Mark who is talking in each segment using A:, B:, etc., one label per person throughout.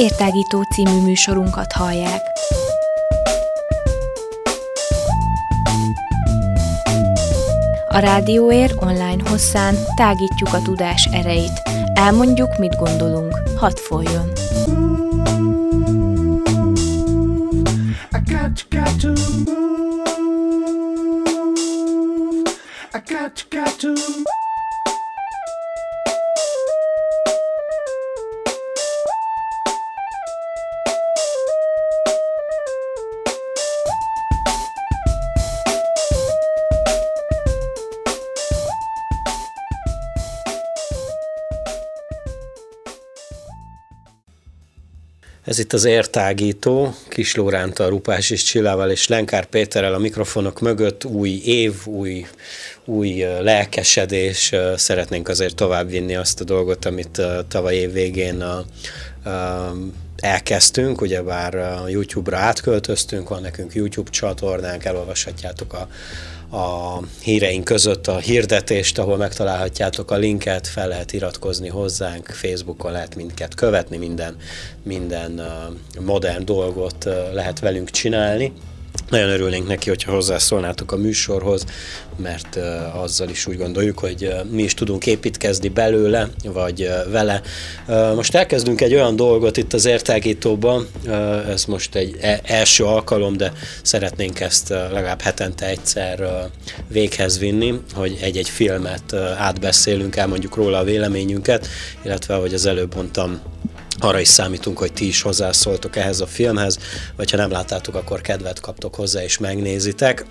A: Értágító című műsorunkat hallják. A Rádióér online hosszán tágítjuk a tudás erejét. Elmondjuk, mit gondolunk. Hadd folyjon!
B: Ez itt az Értágító, Kis Lórántal, Rupás és Csillával és Lenkár Péterrel a mikrofonok mögött. Új év, új lelkesedés. Szeretnénk azért továbbvinni azt a dolgot, amit tavaly év végén elkezdtünk, ugyebár a YouTube-ra átköltöztünk, van nekünk YouTube csatornánk, elolvashatjátok a híreink között a hirdetést, ahol megtalálhatjátok a linket, fel lehet iratkozni hozzánk, Facebookon lehet minket követni, minden modern dolgot lehet velünk csinálni. Nagyon örülnénk neki, hogyha hozzászólnátok a műsorhoz, mert azzal is úgy gondoljuk, hogy mi is tudunk építkezni belőle, vagy vele. Most elkezdünk egy olyan dolgot itt az Értágítóban, ez most egy első alkalom, de szeretnénk ezt legalább hetente egyszer véghez vinni, hogy egy-egy filmet átbeszélünk, elmondjuk róla a véleményünket, illetve ahogy az előbb mondtam, arra is számítunk, hogy ti is hozzászóltok ehhez a filmhez, vagy ha nem láttátok, akkor kedvet kaptok hozzá és megnézitek.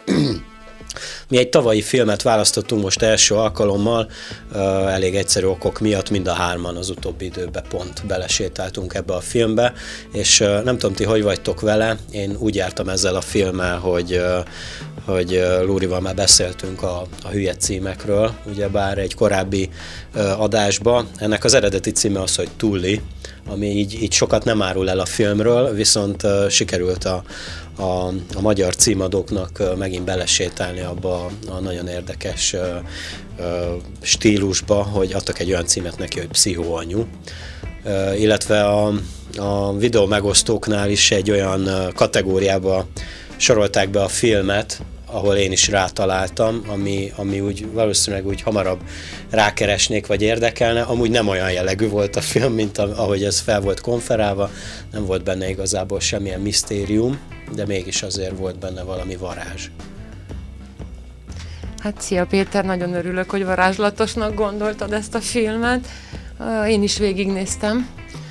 B: Mi egy tavalyi filmet választottunk most első alkalommal, elég egyszerű okok miatt mind a hárman az utóbbi időben pont belesétáltunk ebbe a filmbe, és nem tudom ti, hogy vagytok vele, én úgy jártam ezzel a filmmel, hogy Lórival már beszéltünk a hülye címekről, ugyebár egy korábbi adásba. Ennek az eredeti címe az, hogy Tully, ami így sokat nem árul el a filmről, viszont sikerült a magyar címadóknak megint belesétálni abba a nagyon érdekes stílusba, hogy adtak egy olyan címet neki, hogy Pszichóanyu. Illetve a videó megosztóknál is egy olyan kategóriába sorolták be a filmet, ahol én is rátaláltam, ami úgy valószínűleg úgy hamarabb rákeresnék, vagy érdekelne. Amúgy nem olyan jellegű volt a film, mint ahogy ez fel volt konferálva, nem volt benne igazából semmilyen misztérium, de mégis azért volt benne valami varázs.
C: Hát szia Péter, nagyon örülök, hogy varázslatosnak gondoltad ezt a filmet. Én is végignéztem.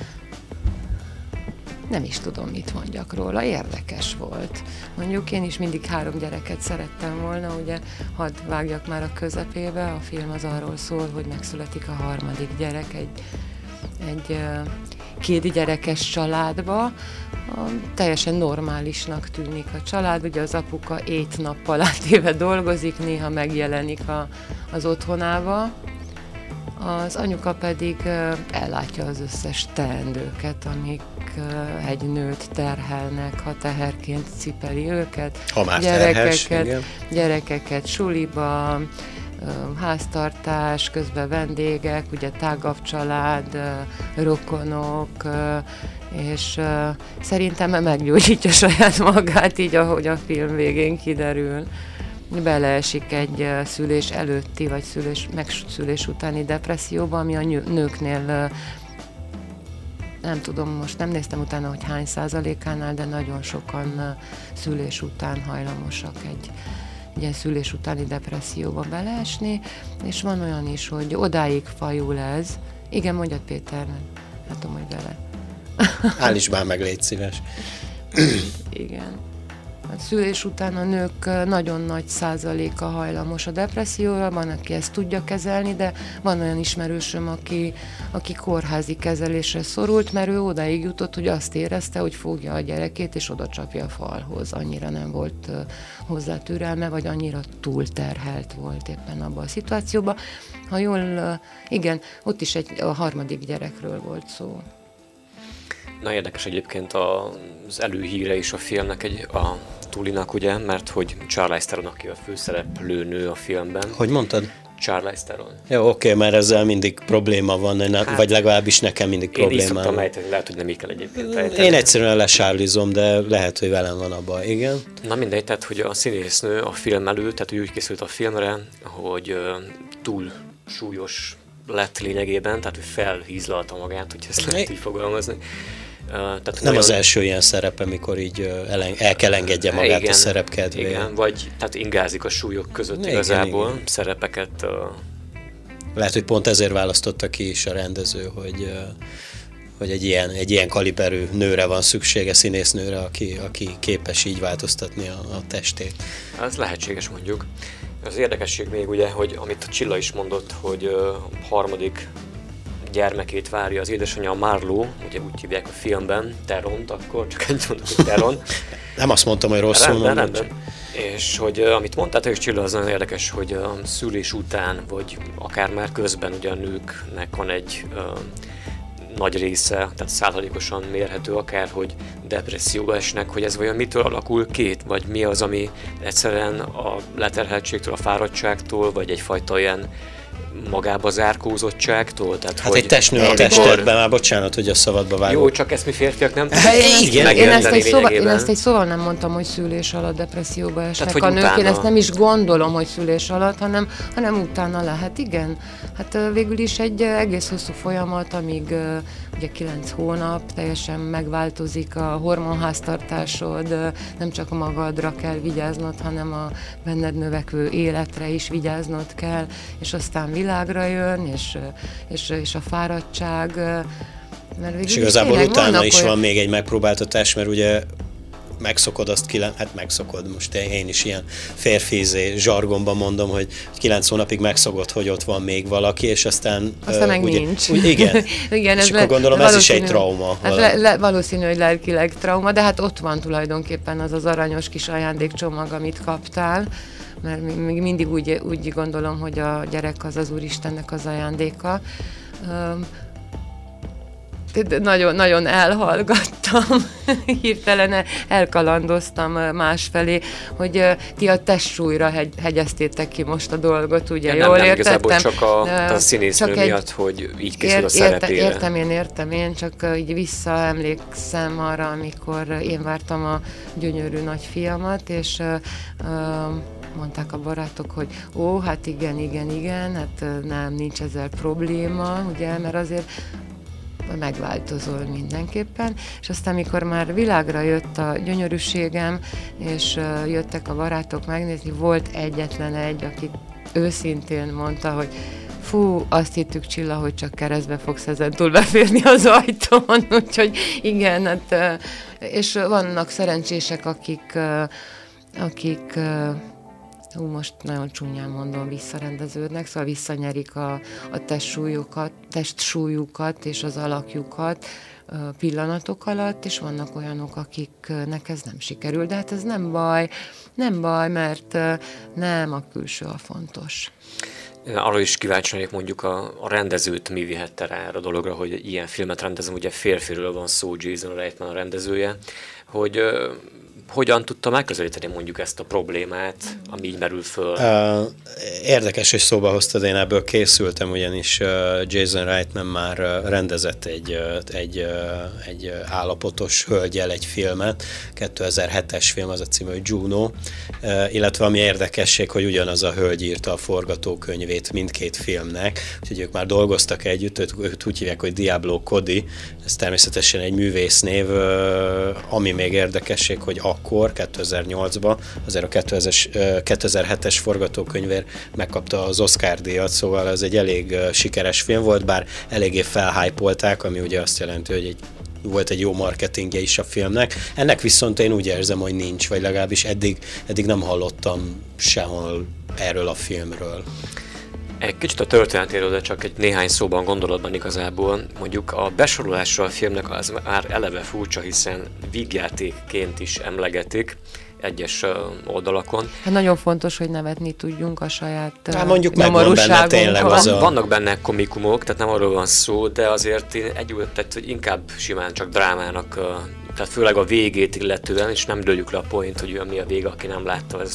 C: Nem is tudom, mit mondjak róla, érdekes volt. Mondjuk én is mindig 3 gyereket szerettem volna, ugye hadd vágjak már a közepébe, a film az arról szól, hogy megszületik a 3. gyerek egy 2 gyerekes családba. Teljesen normálisnak tűnik a család, ugye az apuka 7 nappal átéve dolgozik, néha megjelenik az otthonába. Az anyuka pedig ellátja az összes teendőket, amik egy nőt terhelnek, ha teherként cipeli őket.
B: Ha már terhes, igen.
C: Gyerekeket suliba, háztartás, közben vendégek, ugye tágabb család, rokonok, és szerintem meggyógyítja saját magát, így ahogy a film végén kiderül. Beleesik egy szülés előtti, vagy megszülés utáni depresszióba, ami a nőknél, nem tudom, most nem néztem utána, hogy hány százalékánál, de nagyon sokan szülés után hajlamosak egy ilyen szülés utáni depresszióba beleesni, és van olyan is, hogy odáig fajul ez. Igen, mondjad Péter, látom, hogy bele.
B: Állíts már meg, légy szíves.
C: Igen. A szülés után a nők nagyon nagy százaléka hajlamos a depresszióra, van, aki ezt tudja kezelni, de van olyan ismerősöm, aki kórházi kezelésre szorult, mert ő odáig jutott, hogy azt érezte, hogy fogja a gyerekét és oda csapja a falhoz. Annyira nem volt hozzá türelme, vagy annyira túlterhelt volt éppen abban a szituációban. Ha jól, igen, ott is a 3. gyerekről volt szó.
D: Na érdekes egyébként az előhíre is a filmnek, a Tullynak, ugye, mert hogy Charlize Theron, aki a főszereplő nő a filmben.
B: Hogy mondtad?
D: Charlize Theron.
B: Jó, oké, mert ezzel mindig probléma van, vagy legalábbis nekem mindig probléma.
D: Én így szoktam ejteni, lehet, hogy nem így kell egyébként ejteni.
B: Én egyszerűen lesárlizom, de lehet, hogy velem van a baj, igen.
D: Na mindegy, tehát hogy a színésznő a film előtt, tehát úgy készült a filmre, hogy túl súlyos lett lényegében, tehát hogy felhízlalta magát, hogy ezt lehet így fogalmazni.
B: Tehát nem nagyon... az első ilyen szerepe, mikor így el kell engedje magát igen, a szerep kedvéért.
D: Igen, vagy tehát ingázik a súlyok között igen, igazából igen. Szerepeket.
B: Lehet, hogy pont ezért választotta ki is a rendező, hogy egy ilyen kaliberű nőre van szüksége, színésznőre, aki képes így változtatni a testét.
D: Ez lehetséges mondjuk. Az érdekesség még ugye, hogy amit a Csilla is mondott, hogy a harmadik gyermekét várja az édesanyja, a Marlo, ugye úgy hívják a filmben, Theront, akkor csak ennyit mondok, hogy Theron.
B: Nem azt mondtam, hogy rosszul mondom.
D: Rendben. És hogy amit mondtál te is, Csilla, az nagyon érdekes, hogy a szülés után, vagy akár már közben ugye a nőknek van egy nagy része, tehát százalékosan mérhető akár, hogy depresszióba esnek, hogy ez vajon mitől alakul ki, vagy mi az, ami egyszerűen a leterheltségtől, a fáradtságtól, vagy egyfajta ilyen magába zárkózottságtól. Tehát,
B: hát egy testnő a testedben, már bocsánat, hogy a szabadba vágok.
D: Jó, csak ezt mi férfiak nem
C: én ezt egy szóval nem mondtam, hogy szülés alatt depresszióba esnek tehát, a nők. Utána... Én ezt nem is gondolom, hogy szülés alatt, hanem utána lehet. Igen, hát végül is egy egész hosszú folyamat, amíg ugye 9 hónap, teljesen megváltozik a hormonháztartásod, nem csak magadra kell vigyáznod, hanem a benned növekvő életre is vigyáznod kell, és aztán világra jön, és a fáradtság.
B: És igazából utána is van még egy megpróbáltatás, mert ugye megszokod azt, megszokod, most én is ilyen férfi zsargonban mondom, hogy 9 hónapig megszokod, hogy ott van még valaki, és aztán
C: meg ugye, nincs.
B: Igen, igen, és akkor gondolom ez is egy trauma.
C: Hát valószínű, hogy lelkileg trauma, de hát ott van tulajdonképpen az aranyos kis ajándékcsomag, amit kaptál, mert még mindig úgy gondolom, hogy a gyerek az Úristennek az ajándéka. Nagyon, nagyon elhallgattam, hirtelen elkalandoztam másfelé, hogy ti a testsúlyra hegyeztétek ki most a dolgot, ugye jól értettem?
D: Igazából csak a színésznő miatt, hogy így készül a szerepére.
C: Értem én, csak így visszaemlékszem arra, amikor én vártam a gyönyörű nagyfiamat, és mondták a barátok, hogy hát igen, hát nem, nincs ezzel probléma, ugye, mert azért megváltozol mindenképpen, és aztán mikor már világra jött a gyönyörűségem, és jöttek a barátok megnézni, volt egyetlen egy, aki őszintén mondta, hogy fú, azt hittük, Csilla, hogy csak keresztbe fogsz ezentúl beférni az ajtón, úgyhogy igen, hát, és vannak szerencsések, akik most nagyon csúnyán mondom, visszarendeződnek, szóval visszanyerik a testsúlyukat és az alakjukat pillanatok alatt, és vannak olyanok, akiknek ez nem sikerül, de hát ez nem baj, mert nem a külső a fontos.
D: Arra is kíváncsi vagyok, mondjuk a rendezőt mi vihette rá a dologra, hogy ilyen filmet rendezem, ugye férfiről van szó, Jason Reitman a rendezője, hogy hogyan tudta megközelíteni mondjuk ezt a problémát, ami így merül föl?
B: Érdekes, hogy szóba hoztad, én ebből készültem, ugyanis Jason Reitman már rendezett egy állapotos hölgyel egy filmet, 2007-es film, az a címe, hogy Juno, illetve ami érdekesség, hogy ugyanaz a hölgy írta a forgatókönyvét mindkét filmnek, úgyhogy ők már dolgoztak együtt, őt úgy hívják, hogy Diablo Cody, ez természetesen egy művésznév, ami még érdekesség, hogy akkor, 2008-ban, azért a 2007-es forgatókönyvért megkapta az Oscar-díjat, szóval ez egy elég sikeres film volt, bár eléggé felhypolták, ami ugye azt jelenti, hogy volt egy jó marketingje is a filmnek. Ennek viszont én úgy érzem, hogy nincs, vagy legalábbis eddig nem hallottam sehol erről a filmről.
D: Egy kicsit a történetéről, de csak egy néhány szóban, gondolatban igazából. Mondjuk a besorolásra a filmnek az már eleve furcsa, hiszen vígjátékként is emlegetik egyes oldalakon.
C: Hát nagyon fontos, hogy nevetni tudjunk a saját
B: mondjuk megvan benne tényleg az
D: Vannak benne komikumok, tehát nem arról van szó, de azért tehát, hogy inkább simán csak drámának, tehát főleg a végét illetően, és nem dőljük le a point, hogy mi a vége, aki nem látta, ez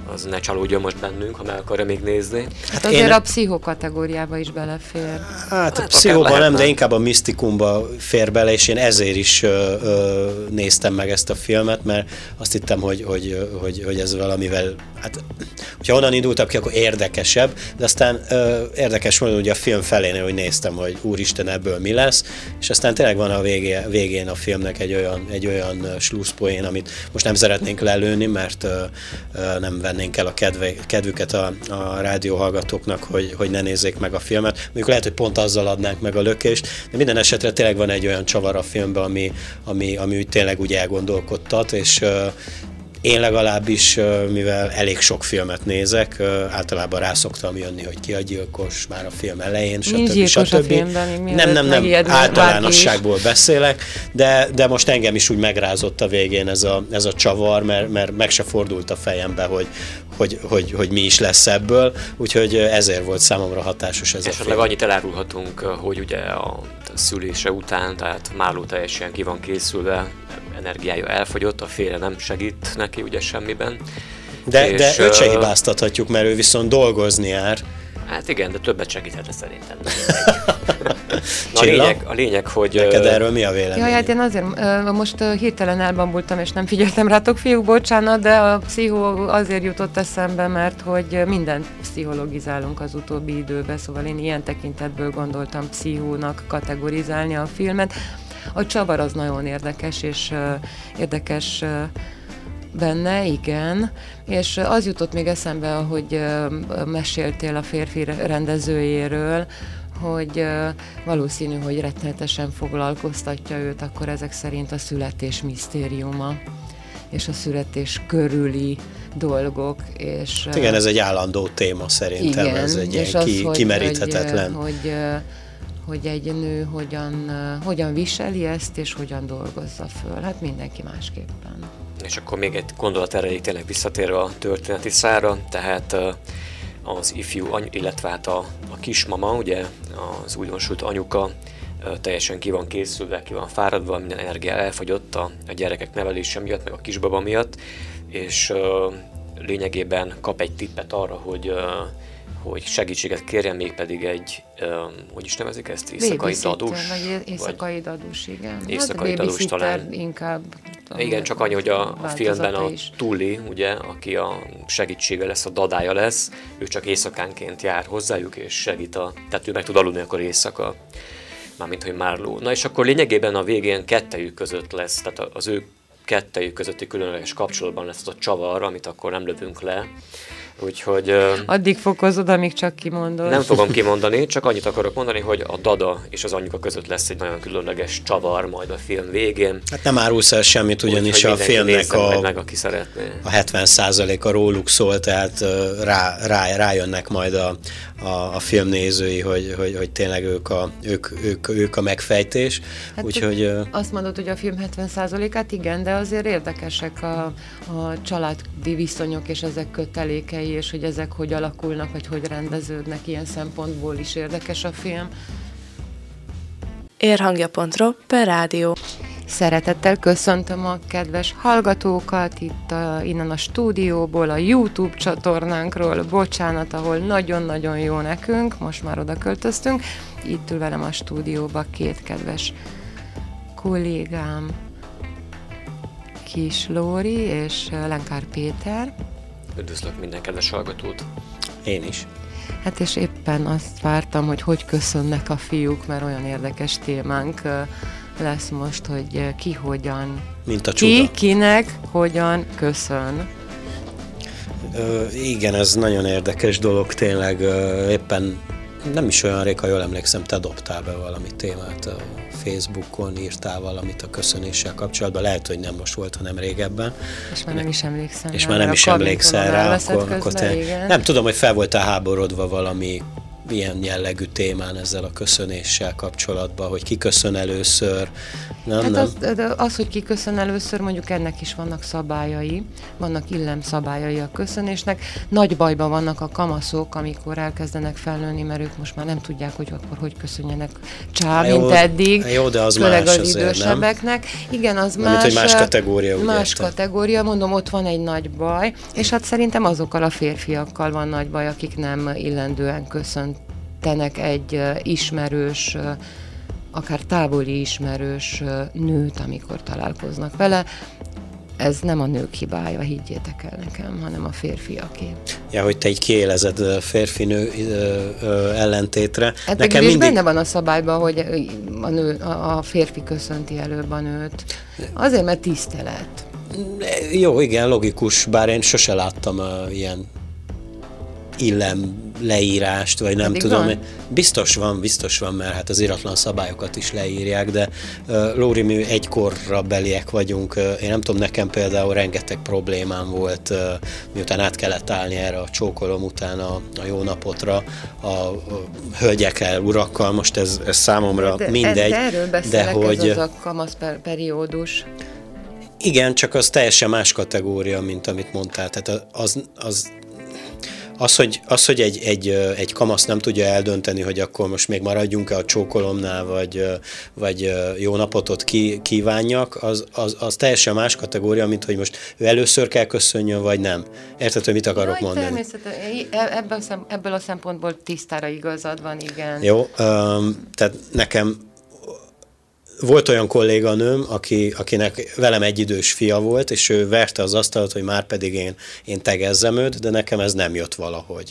D: az ne csalódjon most bennünk, ha meg akarja még nézni.
C: Hát azért a pszichó kategóriába is belefér.
B: Hát a pszichóban nem, de inkább a misztikumba fér bele, és én ezért is néztem meg ezt a filmet, mert azt hittem, hogy ez valamivel, hát hogyha onnan indultam ki, akkor érdekesebb, de aztán érdekes módon ugye a film felénél, hogy néztem, hogy úristen, ebből mi lesz, és aztán tényleg van a végén a filmnek egy olyan slusszpoén, amit most nem szeretnénk lelőni, mert nem vennénk el a kedvüket a rádióhallgatóknak, hogy ne nézzék meg a filmet. Mondjuk lehet, hogy pont azzal adnánk meg a lökést, de minden esetre tényleg van egy olyan csavar a filmben, ami úgy tényleg úgy elgondolkodtat, és én legalábbis, mivel elég sok filmet nézek, általában rá szoktam jönni, hogy ki a gyilkos már a film elején, stb. Nem, általánosságból beszélek, de most engem is úgy megrázott a végén ez a csavar, mert meg se fordult a fejembe, hogy mi is lesz ebből, úgyhogy ezért volt számomra hatásos ez a film.
D: Esetleg annyit elárulhatunk, hogy ugye a szülése után, tehát Marló teljesen ki van készülve, energiája elfogyott, a férje nem segít neki ugye semmiben.
B: De őt se hibáztathatjuk, mert ő viszont dolgozni jár.
D: Hát igen, de többet segíthet szerintem. A lényeg, hogy...
B: Neked erről mi a vélemény?
C: Jaj, hát én azért most hirtelen elbambultam, és nem figyeltem rátok, fiúk, bocsánat, de a pszichó azért jutott eszembe, mert hogy mindent pszichologizálunk az utóbbi időben, szóval én ilyen tekintetből gondoltam pszichónak kategorizálni a filmet. A csavar az nagyon érdekes, és érdekes benne, igen, és az jutott még eszembe, hogy meséltél a férfi rendezőjéről, hogy valószínű, hogy rettenetesen foglalkoztatja őt akkor ezek szerint a születés misztériuma, és a születés körüli dolgok. És,
B: igen, ez egy állandó téma szerintem,
C: igen,
B: ez egy ilyen kimeríthetetlen.
C: Hogy egy nő hogyan viseli ezt, és hogyan dolgozza föl. Hát mindenki másképpen.
D: És akkor még egy gondolat erejéig tényleg visszatérve a történeti szára, tehát az ifjú illetve hát a kismama, ugye az újdonsült anyuka teljesen ki van készülve, ki van fáradva, minden energia elfogyott a gyerekek nevelése miatt, meg a kisbaba miatt, és lényegében kap egy tippet arra, hogy segítséget kérjen, mégpedig egy, hogy is nevezik ezt? Éjszakai dadus?
C: Vagy éjszakai dadus, igen.
D: Éjszakai dadus talán.
C: Inkább.
D: Igen, csak annyi, hogy a filmben a Tully, ugye, aki a segítsége lesz, a dadája lesz, ő csak éjszakánként jár hozzájuk, és segít tehát ő meg tud aludni akkor éjszaka, mármint, hogy Marló. Na és akkor lényegében a végén kettejük között lesz, tehát az ő kettejük közötti különleges kapcsolatban lesz az a csavar, amit akkor nem lövünk le. Úgyhogy...
C: Addig fokozod, amíg csak kimondod.
D: Nem fogom kimondani, csak annyit akarok mondani, hogy a dada és az anyuka között lesz egy nagyon különleges csavar majd a film végén.
B: Hát nem árulsz el semmit, ugyanis a filmnek
D: meg, aki szeretné.
B: A 70%-a róluk szól, tehát rájönnek majd a filmnézői, hogy tényleg ők a megfejtés.
C: Hát
B: úgyhogy,
C: azt mondod, hogy a film 70%-át igen, de azért érdekesek a családi viszonyok és ezek kötelékei, és hogy ezek hogy alakulnak, vagy hogy rendeződnek, ilyen szempontból is érdekes a film.
A: Érhangja.ro/rádió.
C: Szeretettel köszöntöm a kedves hallgatókat itt innen a stúdióból, a YouTube csatornánkról, bocsánat, ahol nagyon-nagyon jó nekünk, most már oda költöztünk. Itt ül velem a stúdióba két kedves kollégám, Kis Lóri és Lenkár Péter.
D: Üdvözlök minden kedves hallgatót!
B: Én is.
C: Hát és éppen azt vártam, hogy köszönnek a fiúk, mert olyan érdekes témánk lesz most, hogy ki hogyan,
B: mint a csuda.
C: Kinek hogyan köszön.
B: Igen, ez nagyon érdekes dolog, tényleg éppen nem is olyan rég, ha jól emlékszem, te dobtál be valami témát a Facebookon, írtál valamit a köszönéssel kapcsolatban, lehet, hogy nem most volt, hanem régebben.
C: És már nem is emlékszem.
B: És már nem is emlékszel rá, akkor nem tudom, hogy fel voltál háborodva valami ilyen jellegű témán ezzel a köszönéssel kapcsolatban, hogy ki köszön először. Nem.
C: Az, hogy ki köszön először, mondjuk ennek is vannak szabályai, vannak illemszabályai a köszönésnek. Nagy bajban vannak a kamaszok, amikor elkezdenek felnőni, mert ők most már nem tudják, hogy akkor hogy köszönjenek mint eddig.
B: Jó, de az
C: főleg
B: más
C: az idősebbeknek.
B: Nem?
C: Igen, az
B: más. Mint, más kategória.
C: Más kategória, mondom, ott van egy nagy baj, és hát szerintem azokkal a férfiakkal van nagy baj, akik nem illendően köszöntenek egy ismerős, akár távoli ismerős nőt, amikor találkoznak vele. Ez nem a nők hibája, higgyétek el nekem, hanem a férfiaké.
B: Ja, hogy te így kiélezed férfi-nő ellentétre.
C: Hát nekem mindig benne van a szabályban, hogy a férfi köszönti előbb a nőt. Azért, mert tisztelet.
B: Jó, igen, logikus, bár én sose láttam ilyen illem leírást, vagy nem tudom. Van? Biztos van, mert hát az iratlan szabályokat is leírják, de Lóri, mi egykorra beliek vagyunk. Én nem tudom, nekem például rengeteg problémám volt, miután át kellett állni erre a csókolom után a jó napotra, a hölgyekkel, urakkal, most ez számomra mindegy.
C: De erről beszélek, hogy ez az a kamasz periódus.
B: Igen, csak az teljesen más kategória, mint amit mondtál. Tehát az, hogy egy kamasz nem tudja eldönteni, hogy akkor most még maradjunk-e a csókolomnál, vagy jó napotot kívánjak, az teljesen más kategória, mint hogy most ő először kell köszönjön, vagy nem. Érted, hogy mit akarok mondani?
C: Természetesen ebből a szempontból tisztára igazad van, igen.
B: Jó, tehát nekem volt olyan kolléganőm, akinek velem egyidős fia volt, és ő verte az asztalat, hogy már pedig én tegezzem őt, de nekem ez nem jött valahogy.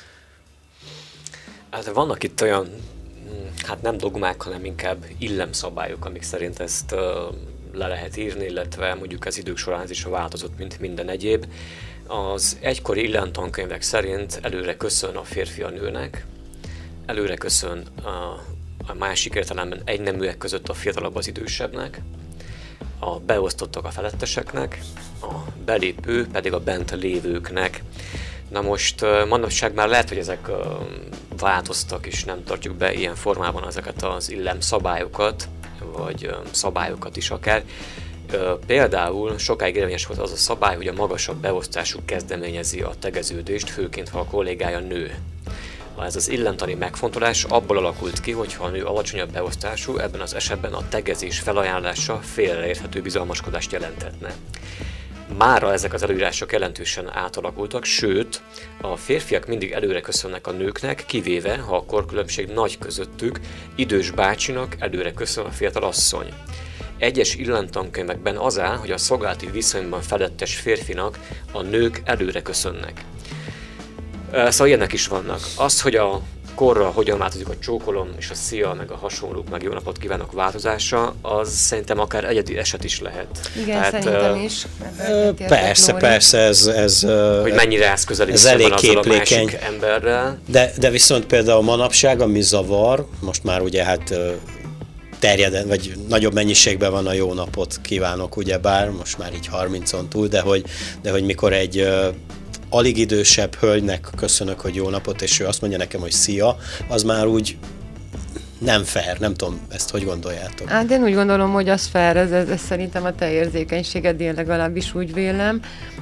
D: Hát vannak itt olyan, hát nem dogmák, hanem inkább illemszabályok, amik szerint ezt le lehet írni, illetve mondjuk az idők során ez is változott, mint minden egyéb. Az egykori illemtankönyvek szerint előre köszön a férfi a nőnek, előre köszön a másik értelemben egyneműek között a fiatalabb az idősebbnek, a beosztottak a feletteseknek, a belépő pedig a bent lévőknek. Na most manapság már lehet, hogy ezek változtak, és nem tartjuk be ilyen formában ezeket az illemszabályokat, vagy szabályokat is akár. Például sokáig érvényes volt az a szabály, hogy a magasabb beosztású kezdeményezi a tegeződést, főként ha a kollégája nő. Ez az illemtani megfontolás abból alakult ki, hogy ha a nő alacsonyabb beosztású, ebben az esetben a tegezés felajánlása félreérthető bizalmaskodást jelenthetne. Mára ezek az előírások jelentősen átalakultak, sőt, a férfiak mindig előre köszönnek a nőknek, kivéve, ha a korkülönbség nagy közöttük, idős bácsinak előre köszön a fiatal asszony. Egyes illemtankönyvekben az áll, hogy a szolgálati viszonyban felettes férfinak a nők előre köszönnek. Szóval ilyenek is vannak. Az, hogy a korra hogyan változik a csókolom és a szia, meg a hasonlók, meg jó napot kívánok változása, az szerintem akár egyedi eset is lehet.
C: Igen, tehát, szerintem is.
B: Persze, ez
D: hogy mennyire állsz közelítve azzal a másik emberrel.
B: De viszont például manapság, ami zavar, most már ugye hát terjeden, vagy nagyobb mennyiségben van a jó napot kívánok, ugyebár, most már így 30-on túl, de hogy mikor egy alig idősebb hölgynek köszönök, hogy jó napot, és ő azt mondja nekem, hogy szia, az már úgy nem fair, nem tudom, ezt hogy gondoljátok?
C: Hát én úgy gondolom, hogy az fair, ez szerintem a te érzékenységed, én legalábbis úgy vélem.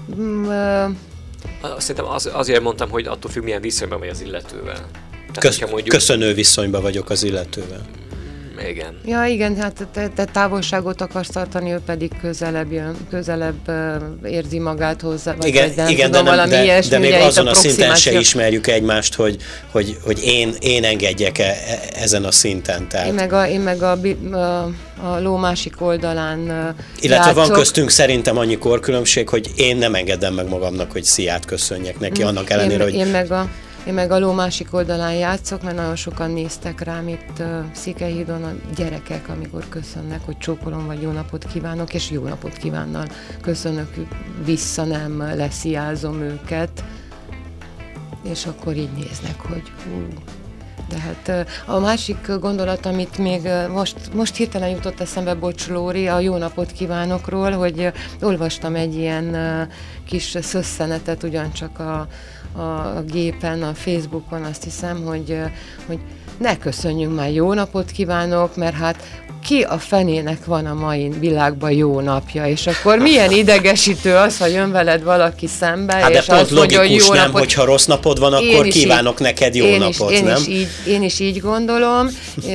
D: Szerintem azért mondtam, hogy attól függ, milyen viszonyban vagy az illetővel.
B: Köszönő viszonyban vagyok az illetővel.
D: Igen.
C: Ja, igen, hát te távolságot akarsz tartani, ő pedig közelebb érzi magát hozzá. Vagy
B: igen, de még azon a szinten se ismerjük egymást, hogy én engedjek ezen a szinten. Tehát.
C: Én meg a ló másik oldalán
B: illetve
C: játszok.
B: Van köztünk szerintem annyi korkülönbség, hogy én nem engedem meg magamnak, hogy sziát köszönjek neki, annak ellenére, hogy...
C: Én meg a ló másik oldalán játszok, mert nagyon sokan néztek rám itt Székelyhídon a gyerekek, amikor köszönnek, hogy csókolom, vagy jó napot kívánok, és jó napot kívánnal köszönök vissza, nem lesziázom őket, és akkor így néznek, hogy Tehát a másik gondolat, amit még most hirtelen jutott eszembe, bocs Lóri, a Jó napot kívánokról, hogy olvastam egy ilyen kis szösszenetet ugyancsak a gépen, a Facebookon, azt hiszem, hogy ne köszönjünk már jó napot kívánok, mert hát ki a fenének van a mai világban jó napja, és akkor milyen idegesítő az, ha jön veled valaki szembe,
B: hát
C: és azt mondja, hogy jó
B: nem,
C: napot.
B: hogyha rossz napod van, akkor kívánok neked jó napot, nem?
C: Én is így gondolom,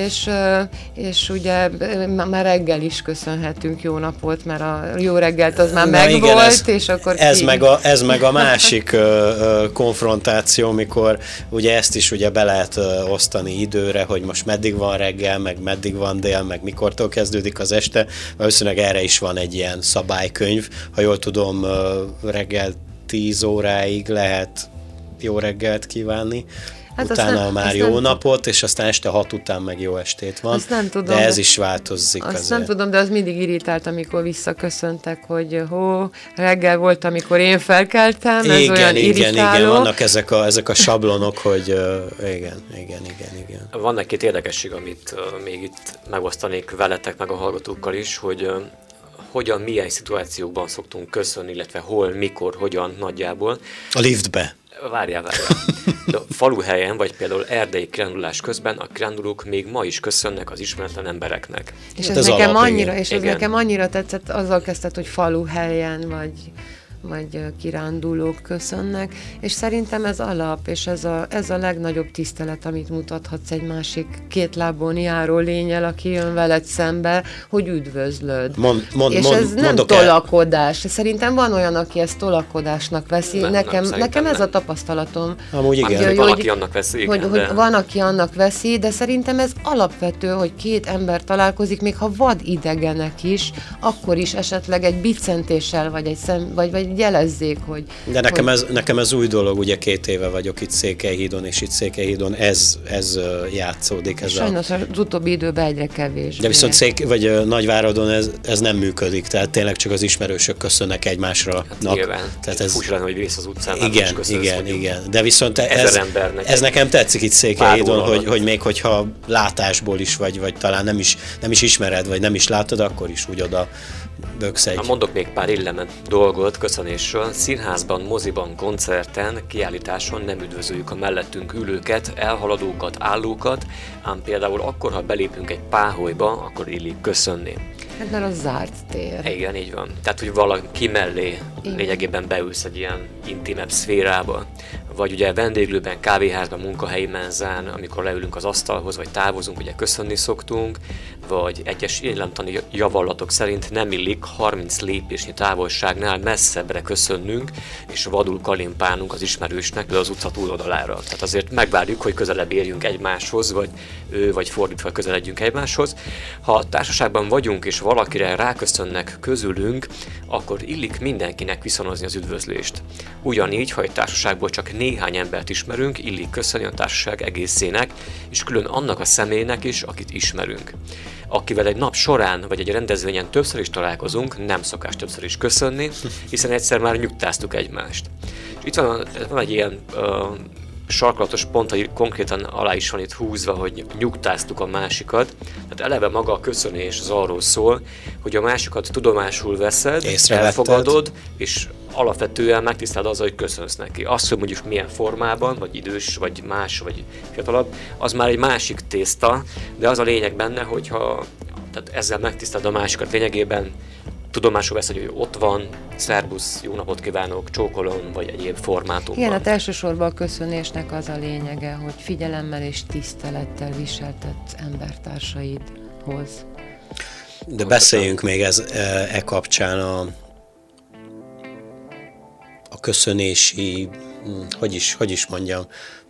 C: és ugye már reggel is köszönhetünk jó napot, mert a jó reggelt az már megvolt, és akkor
B: ez meg a másik konfrontáció, mikor ugye ezt is ugye be lehet osztani időre, hogy most meddig van reggel, meg meddig van dél, meg mikortól kezdődik az este. Valószínűleg erre is van egy ilyen szabálykönyv. Ha jól tudom, reggel 10 óráig lehet jó reggelt kívánni. Hát utána már jó napot, és aztán este 6 után meg jó estét van.
C: Tudom,
B: de ez is változik.
C: Azt nem tudom, de az mindig irritált, amikor visszaköszöntek, hogy reggel volt, amikor én felkeltem, ez olyan irritáló.
B: Igen, vannak ezek a sablonok, hogy igen.
D: Van egy-két érdekesség, amit még itt megosztanék veletek, meg a hallgatókkal is, hogy hogyan, milyen szituációkban szoktunk köszönni, illetve hol, mikor, hogyan nagyjából.
B: A liftbe.
D: Várjál. De faluhelyen, vagy például erdei kirándulás közben a kirándulók még ma is köszönnek az ismeretlen embereknek.
C: És ez nekem annyira tetszett, azzal kezdett, hogy faluhelyen, vagy kirándulók köszönnek, és szerintem ez alap, és ez a legnagyobb tisztelet, amit mutathatsz egy másik két lábon járó lénnyel, aki jön veled szembe, hogy üdvözlöd. És ez nem tolakodás. Szerintem van olyan, aki ezt tolakodásnak veszi. Nekem ez a tapasztalatom.
B: Amúgy igen.
D: Van, aki annak veszi.
C: Hogy van, aki annak veszi, de szerintem ez alapvető, hogy két ember találkozik, még ha vad idegenek is, akkor is esetleg egy biccentéssel, vagy jelezzék, hogy...
B: De nekem ez új dolog, ugye 2 éve vagyok itt Székelyhídon, és itt Székelyhídon ez játszódik.
C: Sajnos az utóbbi időben egyre kevésbé.
B: De viszont Nagyváradon ez nem működik, tehát tényleg csak az ismerősök köszönnek egymásra.
D: Hát nyilván. Tehát ez furcsa lenne, hogy vész az utcán.
B: Igen. De viszont ez nekem tetszik itt Székelyhídon, hogy még hogyha látásból is vagy talán nem is ismered, vagy nem is látod, akkor is úgy oda böksz egy.
D: Mondok még pár illement dolgot köszönésről. Színházban, moziban, koncerten, kiállításon nem üdvözöljük a mellettünk ülőket, elhaladókat, állókat, ám például akkor, ha belépünk egy páholyba, akkor illik köszönni.
C: Hát mert az zárt tér.
D: Igen, így van. Tehát, hogy valaki mellé lényegében beülsz egy ilyen intimebb szférába. Vagy ugye vendéglőben, kávéházban, munkahelyi menzán, amikor leülünk az asztalhoz, vagy távozunk, ugye köszönni szoktunk, vagy egyes illemtani javallatok szerint nem illik 30 lépésnyi távolságnál messzebbre köszönnünk, és vadul kalimpálnunk az ismerősnek, például az utca túloldalára. Tehát azért megvárjuk, hogy közelebb érjünk egymáshoz, vagy fordítva közeledjünk egymáshoz. Ha társaságban vagyunk, és valakire ráköszönnek közülünk, akkor illik mindenkinek viszonozni az üdvözlést. Ugyanígy, ha egy társaságból csak néhány embert ismerünk, illik köszönni a társaság egészének, és külön annak a személynek is, akit ismerünk. Akivel egy nap során, vagy egy rendezvényen többször is találkozunk, nem szokás többször is köszönni, hiszen egyszer már nyugtáztuk egymást. És itt van egy ilyen sarkalatos pont, hogy konkrétan alá is van itt húzva, hogy nyugtáztuk a másikat. Tehát eleve maga a köszönés az arról szól, hogy a másikat tudomásul veszed, elfogadod, és alapvetően megtiszteled azzal, hogy köszönsz neki. Azt, hogy mondjuk milyen formában, vagy idős, vagy más, vagy fiatalabb, az már egy másik tészta, de az a lényeg benne, hogyha tehát ezzel megtiszteled a másikat lényegében, tudomásul vesz, hogy ott van, szerbusz, jó napot kívánok, csókolom, vagy egyéb formátumban.
C: Igen, hát elsősorban a köszönésnek az a lényege, hogy figyelemmel és tisztelettel viseltetsz embertársaidhoz.
B: De beszéljünk még kapcsán a köszönési, hogy is mondjam,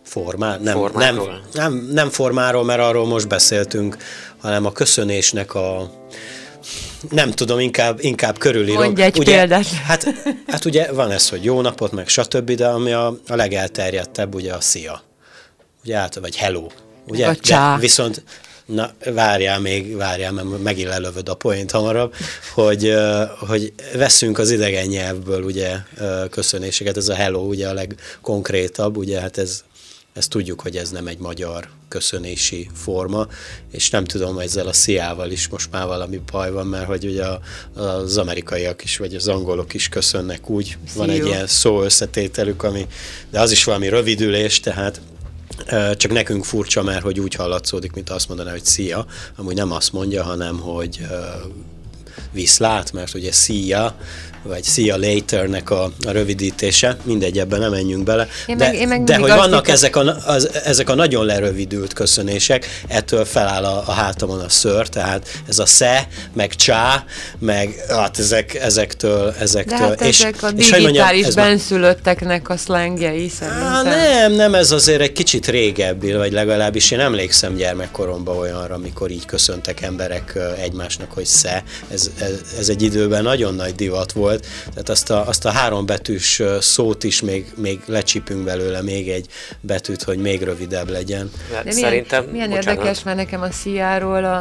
B: nem formáról, mert arról most beszéltünk, hanem a köszönésnek nem tudom, inkább körülírom.
C: Mondj egy példát.
B: Hát ugye van ez, hogy jó napot, meg stb., de ami a legelterjedtebb, ugye a szia. Ugye vagy hello. Ugye?
C: A csá.
B: Viszont, várjál, mert megint lelövöd a point hamarabb, hogy veszünk az idegen nyelvből ugye köszönéseket, ez a hello ugye a legkonkrétabb, ugye hát ez ezt tudjuk, hogy ez nem egy magyar köszönési forma, és nem tudom, ezzel a sziával is most már valami baj van, mert hogy ugye az amerikaiak is, vagy az angolok is köszönnek úgy, van egy ilyen szó összetételük, de az is valami rövidülés, tehát csak nekünk furcsa, mert hogy úgy hallatszódik, mint azt mondaná, hogy szia, amúgy nem azt mondja, hanem hogy viszlát, mert ugye szia, vagy see you later-nek a rövidítése, mindegy, ebben nem menjünk bele, de hogy vannak ezek a nagyon lerövidült köszönések, ettől feláll a hátamon a szőr, tehát ez a sze, meg csá, meg hát ezektől.
C: De hát ezek a digitális benszülötteknek a szlengjei szerintem.
B: Nem, ez azért egy kicsit régebbi, vagy legalábbis én emlékszem gyermekkoromban olyanra, amikor így köszöntek emberek egymásnak, hogy sze. Ez egy időben nagyon nagy divat volt, tehát azt a 3 betűs szót is még lecsípünk belőle még egy betűt, hogy még rövidebb legyen.
C: De milyen érdekes, mert nekem a szíjáról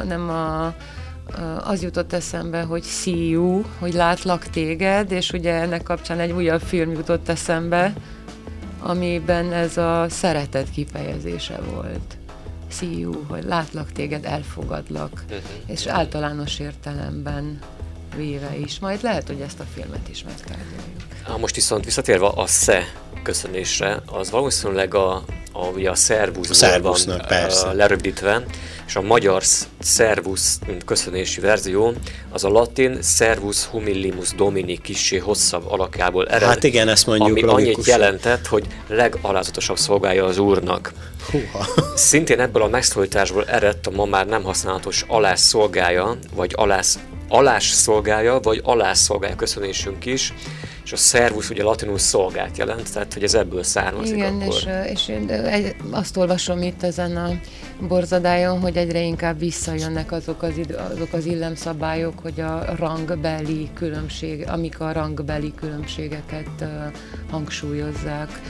C: az jutott eszembe, hogy see you, hogy látlak téged, és ugye ennek kapcsán egy újabb film jutott eszembe, amiben ez a szeretet kifejezése volt. See you, hogy látlak téged, elfogadlak, és általános értelemben véve is. Majd lehet, hogy ezt a filmet is megtárgyaljuk.
D: Most viszont visszatérve a sze köszönésre, az valószínűleg ugye a szervuszból van lerövidítve, és a magyar szervusz, mint köszönési verzió, az a latin servus humilimus domini kissé hosszabb alakjából ered,
B: hát igen, ezt mondjuk
D: ami annyit jelentett, hogy legalázatosabb szolgálja az Úrnak.
B: Húha.
D: Szintén ebből a megszólításból eredt a ma már nem használatos alás szolgálja, vagy alás szolgálja, vagy alás szolgálja köszönésünk is, és a szervusz ugye latinul szolgát jelent, tehát hogy ez ebből származik.
C: Igen,
D: akkor.
C: És én azt olvasom itt ezen a borzadájon, hogy egyre inkább visszajönnek azok az illemszabályok, hogy a rangbeli különbség, amik a rangbeli különbségeket hangsúlyozzák.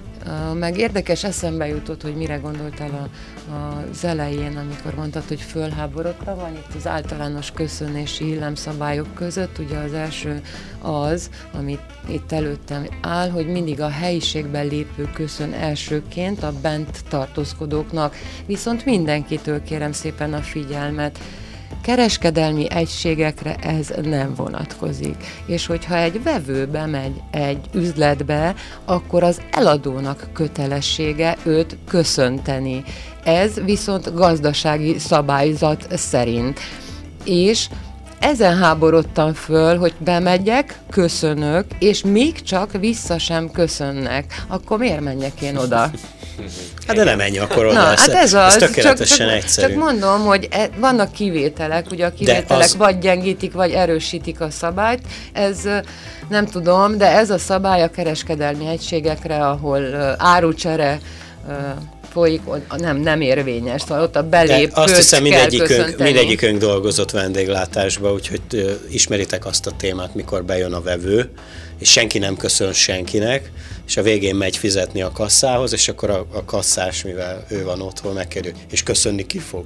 C: Meg érdekes, eszembe jutott, hogy mire gondoltál az elején, amikor mondtad, hogy fölháborodtam, van itt az általános köszönési illemszabályok között. Ugye az első az, amit itt előttem áll, hogy mindig a helyiségben lépő köszön elsőként a bent tartózkodóknak, viszont mindenkitől kérem szépen a figyelmet. Kereskedelmi egységekre ez nem vonatkozik. És hogyha egy vevő bemegy egy üzletbe, akkor az eladónak kötelessége őt köszönteni. Ez viszont gazdasági szabályzat szerint. És ezen háborodtam föl, hogy bemegyek, köszönök, és még csak vissza sem köszönnek. Akkor miért menjek én oda?
B: Hát de nem menj akkor oda.
C: Na, hát ez az.
B: Tökéletesen egyszerű.
C: Csak mondom, hogy vannak kivételek, ugye a kivételek vagy gyengítik, vagy erősítik a szabályt. Ez nem tudom, de ez a szabály a kereskedelmi egységekre, ahol árucsere folyik, nem érvényes, szóval ott a belépőt
B: azt hiszem,
C: kell
B: mindegyikünk dolgozott vendéglátásba, úgyhogy ismeritek azt a témát, mikor bejön a vevő, és senki nem köszön senkinek, és a végén megy fizetni a kasszához, és akkor a kasszás, mivel ő van otthon, megkérdő, és köszönni ki fog.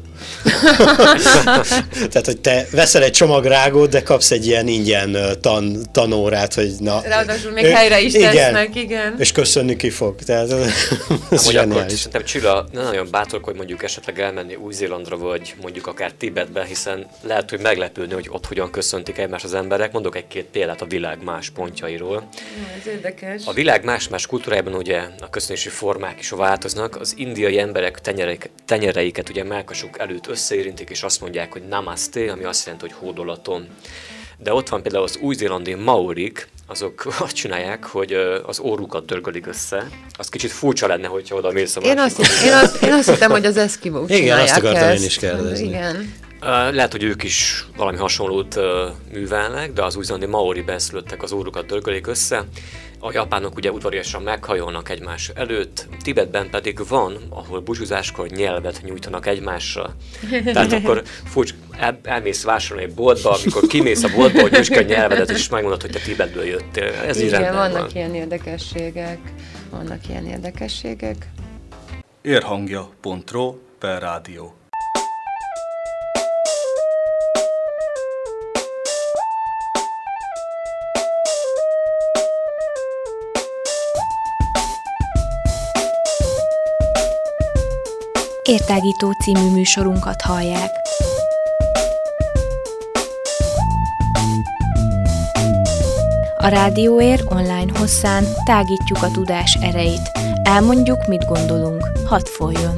B: Tehát, hogy te veszel egy csomag rágót, de kapsz egy ilyen ingyen tanórát, hogy na...
C: Ráadásul még helyre is tesznek, igen.
B: És köszönni ki fog. Tehát ez
D: zseniális. Szerintem Csilla nem nagyon bátorkodj mondjuk esetleg elmenni Új-Zélandra, vagy mondjuk akár Tibetbe, hiszen lehet, hogy meglepődni, hogy ott hogyan köszöntik egymást az emberek. Mondok egy-két példát a világ más pontjairól.
C: Ez érdekes.
D: A világ más kultúrájában ugye a köszönési formák is változnak. Az indiai emberek tenyereiket ugye mellkasuk előtt összeérintik, és azt mondják, hogy namaste, ami azt jelenti, hogy hódolatom. De ott van például az új-zélandi maorik, azok azt csinálják, hogy az órukat dörgölik össze. Az kicsit furcsa lenne, hogyha oda mész a
C: Én azt hittem, hogy az eszkimók csinálják.
B: Igen, azt akartam én is kérdezni.
C: Igen.
D: Lehet, hogy ők is valami hasonlót művelnek, de az új-zélandi maori benszülöttek az órukat dörgölik össze. A japánok ugye udvariasan meghajolnak egymás előtt, Tibetben pedig van, ahol búcsúzáskor nyelvet nyújtanak egymásra. Tehát akkor elmész vásárolni egy boltba, amikor kimész a boltba, hogy nyújtsd ki a nyelvedet, és megmondod, hogy te Tibetből jöttél. Ez így rendben van.
C: Vannak ilyen érdekességek.
E: Érhangja.ro per rádió.
A: Értágító című műsorunkat hallják. A Rádióér online hosszán tágítjuk a tudás erejét. Elmondjuk, mit gondolunk. Hadd folyjon!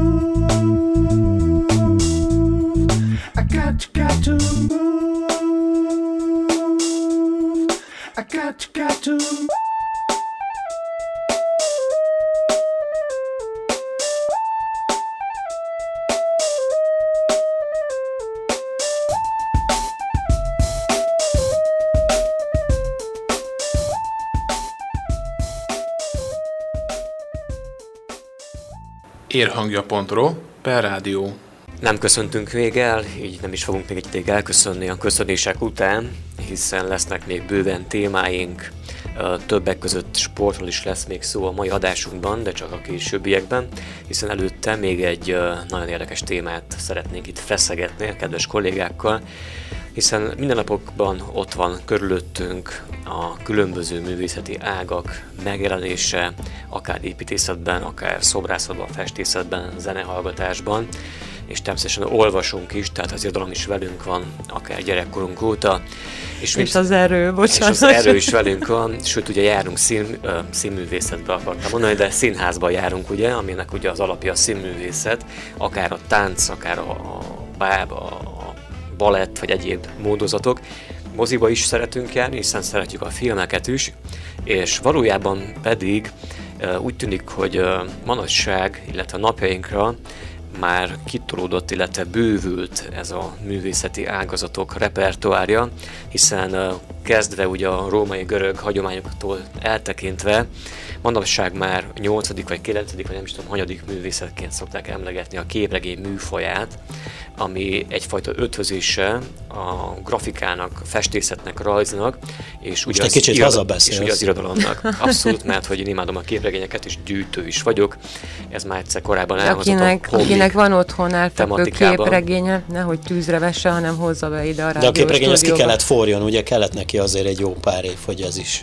E: Érhangja.ro per rádió.
D: Nem köszöntünk még el, így nem is fogunk még egy ideig elköszönni a köszönések után, hiszen lesznek még bőven témáink, többek között sportról is lesz még szó a mai adásunkban, de csak a későbbiekben, hiszen előtte még egy nagyon érdekes témát szeretnénk itt feszegetni a kedves kollégákkal, hiszen mindennapokban ott van körülöttünk a különböző művészeti ágak megjelenése, akár építészetben, akár szobrászatban, festészetben, zenehallgatásban, és természetesen olvasunk is, tehát az irodalom is velünk van, akár gyerekkorunk óta.
C: És az erő, bocsánat.
D: És az erő is velünk van, sőt ugye járunk színművészetbe akartam mondani, de színházba járunk ugye, aminek ugye az alapja a színművészet, akár a tánc, akár a báb, a balett vagy egyéb módozatok. Moziba is szeretünk járni, hiszen szeretjük a filmeket is, és valójában pedig úgy tűnik, hogy manapság, illetve napjainkra már kitolódott, illetve bővült ez a művészeti ágazatok repertoárja, hiszen kezdve ugye a római görög hagyományoktól eltekintve, manapság már 8. vagy 9. vagy nem is tudom, hanyadik művészetként szokták emlegetni a képregény műfaját, ami egyfajta ötvözése a grafikának, festészetnek, rajznak, és ugye
B: egy kicsit hazabeszélsz.
D: És ugye az irodalomnak. Abszolút, mert hogy én imádom a képregényeket, és gyűjtő is vagyok. Ez már egyszer korábban elhozott
C: akinek van otthon elfekvő képregénye, nehogy tűzre vesse, hanem hozza be ide a rádió.
B: De a képregény az ki kellett forjon, ugye kellett neki azért egy jó pár év, hogy ez is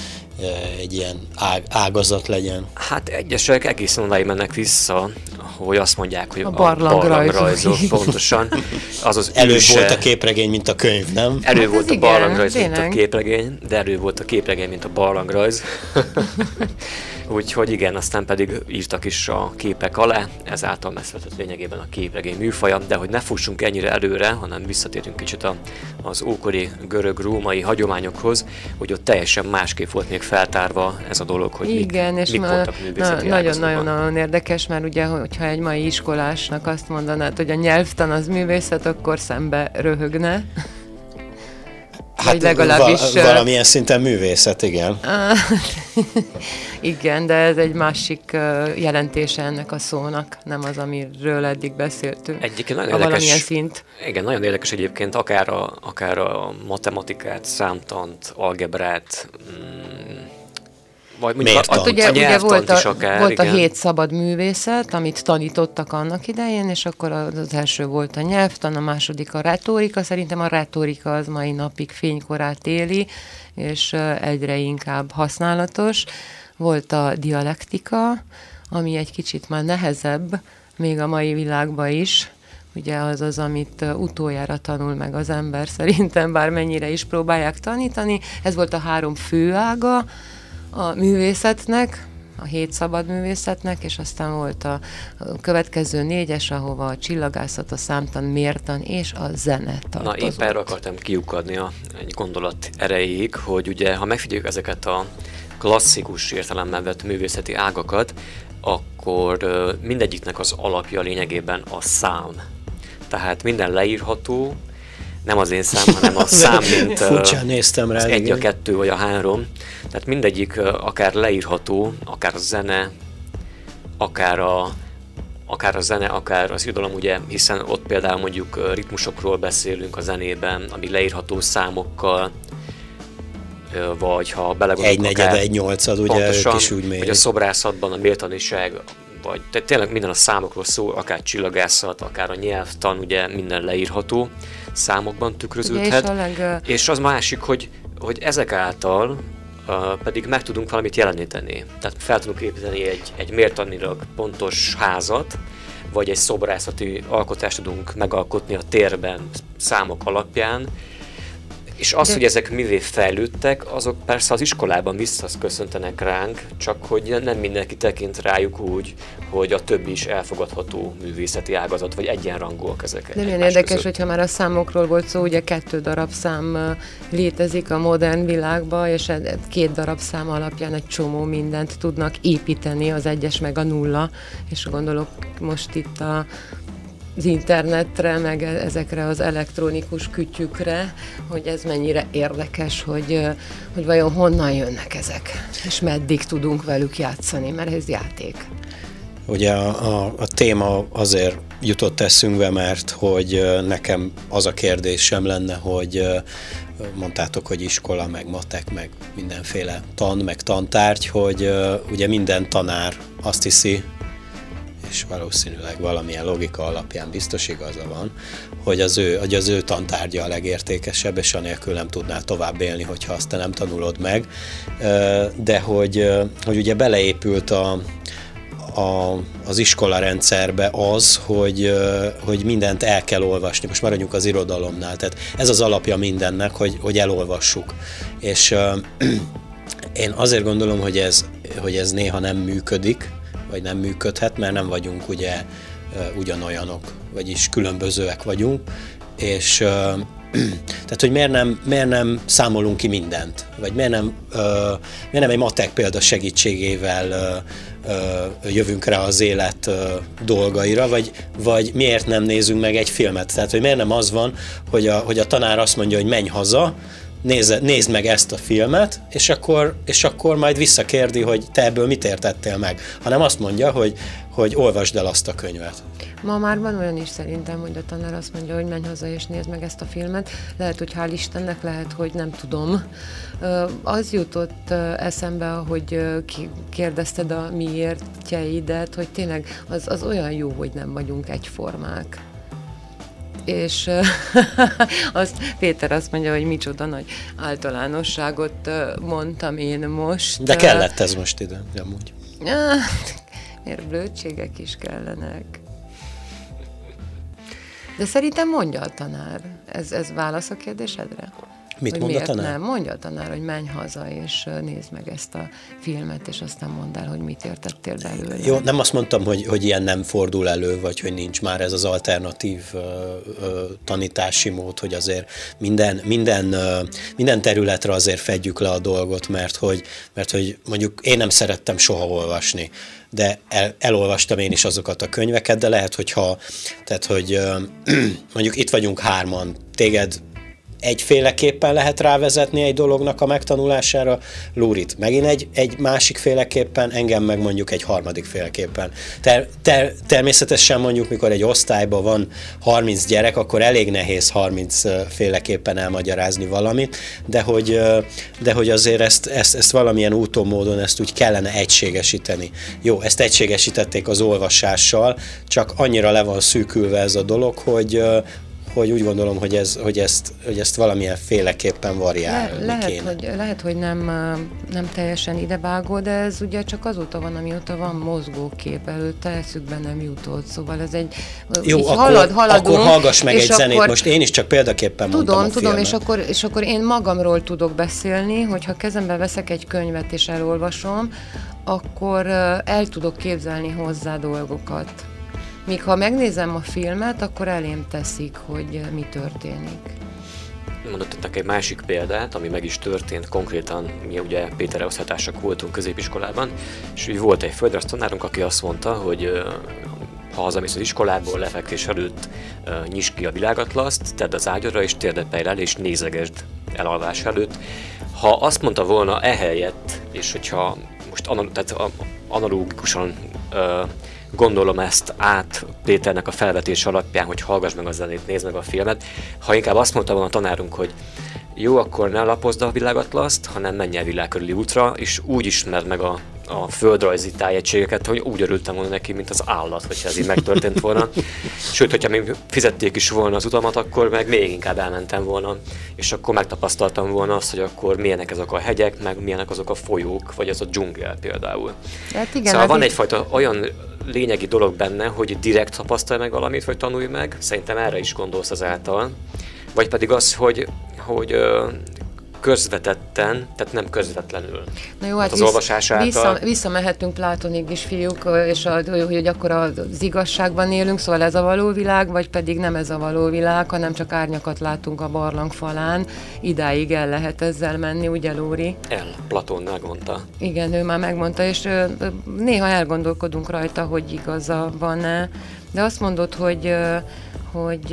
B: egy ilyen ágazat legyen.
D: Hát egyesek egészen odáig mennek vissza, hogy azt mondják, hogy
C: a barlangrajzok.
D: Pontosan.
B: Előbb volt a képregény, mint a könyv, nem?
D: Előbb volt a barlangrajz, mint a képregény, de előbb volt a képregény, mint a barlangrajz. Úgyhogy igen, aztán pedig írtak is a képek alá, ezáltal megszületett lényegében a képregény műfaja, de hogy ne fussunk ennyire előre, hanem visszatérünk kicsit az ókori görög-római hagyományokhoz, hogy ott teljesen másképp volt még feltárva ez a dolog, hogy
C: igen,
D: mik voltak művészeti
C: nagyon érdekes, mert ugye, hogyha egy mai iskolásnak azt mondanád, hogy a nyelvtan az művészet, akkor szembe röhögne.
B: Hát legalábbis valamilyen szinten művészet, igen.
C: Igen, de ez egy másik jelentése ennek a szónak, nem az, amiről eddig beszéltünk.
D: Egyébként nagyon érdekes, szint. Igen, nagyon érdekes egyébként akár a matematikát, számtant, algebrát, vagy mondjuk
C: ugye volt a 7 szabad művészet, amit tanítottak annak idején, és akkor az első volt a nyelvtan, a második a retorika. Szerintem a retorika az mai napig fénykorát éli, és egyre inkább használatos. Volt a dialektika, ami egy kicsit már nehezebb, még a mai világban is. Ugye az, amit utoljára tanul meg az ember szerintem, bármennyire is próbálják tanítani. Ez volt a 3 főága a művészetnek, a 7 szabad művészetnek, és aztán volt a következő 4-es, ahova a csillagászat, a számtan, mértan és a zene tartozott.
D: Na, épp erre akartam kiukadni egy gondolat erejéig, hogy ugye, ha megfigyeljük ezeket a klasszikus értelemben vett művészeti ágakat, akkor mindegyiknek az alapja lényegében a szám. Tehát minden leírható, nem az én szám, hanem a szám, mint
B: furcsán néztem rá,
D: az 1, a 2 vagy a 3. Tehát mindegyik akár leírható, akár a zene, akár a zene, akár az irodalom, ugye, hiszen ott például mondjuk ritmusokról beszélünk a zenében, ami leírható számokkal, vagy ha belegondolunk akár...
B: 1/4, 1/8, ugye
D: pontosan,
B: ők is úgy mérik.
D: Vagy a szobrászatban a méltaniság, vagy tényleg minden a számokról szól, akár csillagászat, akár a nyelvtan, ugye minden leírható, számokban tükröződhet. És az másik, hogy ezek által pedig meg tudunk valamit jeleníteni. Tehát fel tudunk építeni egy mértanilag pontos házat, vagy egy szobrászati alkotást tudunk megalkotni a térben számok alapján, és az, hogy ezek mivé fejlődtek, azok persze az iskolában visszaköszöntenek ránk, csak hogy nem mindenki tekint rájuk úgy, hogy a többi is elfogadható művészeti ágazat, vagy egyenrangúak ezek.
C: De milyen érdekes, hogyha már a számokról volt szó, ugye 2 darab szám létezik a modern világban, és 2 darab szám alapján egy csomó mindent tudnak építeni, az 1-es meg a 0, és gondolok most itt az internetre, meg ezekre az elektronikus kütyükre, hogy ez mennyire érdekes, hogy vajon honnan jönnek ezek, és meddig tudunk velük játszani, mert ez játék.
B: Ugye a téma azért jutott eszünkbe, mert hogy nekem az a kérdésem lenne, hogy mondtátok, hogy iskola, meg matek, meg mindenféle meg tantárgy, hogy ugye minden tanár azt hiszi, és valószínűleg valamilyen logika alapján biztos igaza van, hogy az ő tantárgya a legértékesebb, és anélkül nem tudnál tovább élni, hogyha azt te nem tanulod meg. De hogy ugye beleépült az iskola rendszerbe az, hogy mindent el kell olvasni. Most maradjunk az irodalomnál. Tehát ez az alapja mindennek, hogy elolvassuk. És én azért gondolom, hogy ez néha nem működik, vagy nem működhet, mert nem vagyunk ugye ugyanolyanok, vagyis különbözőek vagyunk, és tehát, hogy miért nem számolunk ki mindent, vagy miért nem egy matek példa segítségével jövünk rá az élet dolgaira, vagy miért nem nézzünk meg egy filmet. Tehát, hogy miért nem az van, hogy a tanár azt mondja, hogy menj haza, nézd meg ezt a filmet, és akkor majd visszakérdi, hogy te ebből mit értettél meg. Hanem azt mondja, hogy olvasd el azt a könyvet.
C: Ma már van olyan is szerintem, hogy a tanár azt mondja, hogy menj haza és nézd meg ezt a filmet. Lehet, hogy hál' Istennek, lehet, hogy nem tudom. Az jutott eszembe, hogy kérdezted a miértjeidet, hogy tényleg az olyan jó, hogy nem vagyunk egyformák. És Péter azt mondja, hogy micsoda nagy általánosságot mondtam én most.
B: De kellett ez most ide, amúgy.
C: Miért blödségek is kellenek? De szerintem mondja a tanár. Ez válasz a kérdésedre?
B: Mit mond a tanár?
C: Nem? Mondja a tanár, hogy menj haza, és nézd meg ezt a filmet, és aztán mondd el, hogy mit értettél belőle.
B: Jó, nem azt mondtam, hogy ilyen nem fordul elő, vagy hogy nincs már ez az alternatív tanítási mód, hogy azért minden területre azért fedjük le a dolgot, mert hogy mondjuk én nem szerettem soha olvasni, de elolvastam én is azokat a könyveket, de lehet, hogy mondjuk itt vagyunk 3-an, téged egyféleképpen lehet rávezetni egy dolognak a megtanulására, Lórit megint egy másik féleképpen, engem meg mondjuk egy harmadik féleképpen. Természetesen mondjuk, mikor egy osztályban van 30 gyerek, akkor elég nehéz 30 féleképpen elmagyarázni valamit, de hogy azért ezt valamilyen úton, módon ezt úgy kellene egységesíteni. Jó, ezt egységesítették az olvasással, csak annyira le van szűkülve ez a dolog, hogy úgy gondolom, hogy ezt valamilyen féleképpen variálni kéne.
C: Lehet, hogy nem teljesen idevágó, de ez ugye csak azóta van, amióta van mozgókép, előtte eszükben nem jutott, szóval ez egy...
B: Jó,
C: haladunk,
B: akkor hallgass meg egy zenét, most én is csak példaképpen mondtam a filmet.
C: Tudom, és akkor én magamról tudok beszélni, hogyha kezembe veszek egy könyvet és elolvasom, akkor el tudok képzelni hozzá dolgokat. Míg ha megnézem a filmet, akkor elém teszik, hogy mi történik.
D: Mondottak egy másik példát, ami meg is történt konkrétan, mi ugye Péterrel osztálytársak voltunk középiskolában, és úgy volt egy földrajztanárunk, aki azt mondta, hogy ha hazamész az iskolából, lefekvés előtt nyisd ki a világatlaszt, tedd az ágyadra, és térdepelj rá, és nézegesd elalvás előtt. Ha azt mondta volna ehelyett, és hogyha most analógikusan gondolom ezt át Péternek a felvetés alapján, hogy hallgass meg a zenét, nézd meg a filmet. Ha inkább azt mondta volna a tanárunk, hogy jó, akkor ne lapozd a világatlaszt, hanem menj el világ körüli útra, és úgy ismerd meg a a földrajzi tájegységeket, hogy úgy örültem volna neki, mint az állat, hogyha ez így megtörtént volna. Sőt, hogyha még fizették is volna az utamat, akkor meg még inkább elmentem volna, és akkor megtapasztaltam volna azt, hogy akkor milyenek ezek a hegyek, meg milyenek azok a folyók, vagy az a dzsungel például.
C: Hát igen,
D: szóval van egyfajta olyan lényegi dolog benne, hogy direkt tapasztalj meg valamit, vagy tanulj meg, szerintem erre is gondolsz ezáltal, vagy pedig az, hogy közvetetten, tehát nem közvetlenül.
C: Na jó, hát
D: az olvasás által.
C: Visszamehetünk Plátonig is, fiúk, és hogy akkor az igazságban élünk, szóval ez a való világ, vagy pedig nem ez a való világ, hanem csak árnyakat látunk a barlang falán. Idáig el lehet ezzel menni, ugye, Lóri?
D: Platón megmondta.
C: Igen, ő már megmondta, és néha elgondolkodunk rajta, hogy igaza van-e, de azt mondod, hogy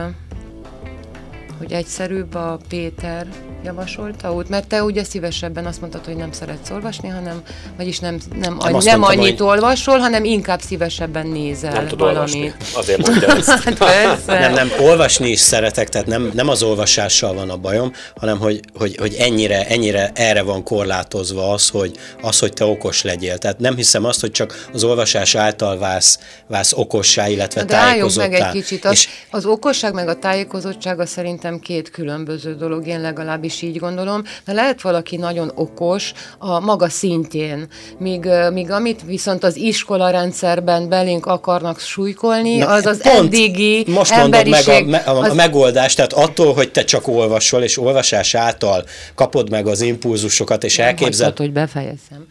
C: egyszerűbb a Péter javasolta út, mert te ugye szívesebben azt mondtad, hogy nem szeretsz olvasni, vagyis nem annyit olvasol, hanem inkább szívesebben nézel
D: nem tud
C: valamit.
D: Olvasni. Azért mondja ezt.
B: Nem, olvasni is szeretek, tehát nem az olvasással van a bajom, hanem hogy ennyire erre van korlátozva az, hogy te okos legyél. Tehát nem hiszem azt, hogy csak az olvasás által válsz okossá, illetve tájékozottá.
C: De álljunk meg egy kicsit. Az okosság meg a tájékozottsága szerintem két különböző dolog, én legalábbis így gondolom, mert lehet valaki nagyon okos a maga szintjén, míg amit viszont az iskolarendszerben belénk akarnak súlykolni, az eddigi
B: most
C: emberiség...
B: Most mondod meg a megoldást, tehát attól, hogy te csak olvasol, és olvasás által kapod meg az impulzusokat, és elképzeled...
C: hogy befejezzem.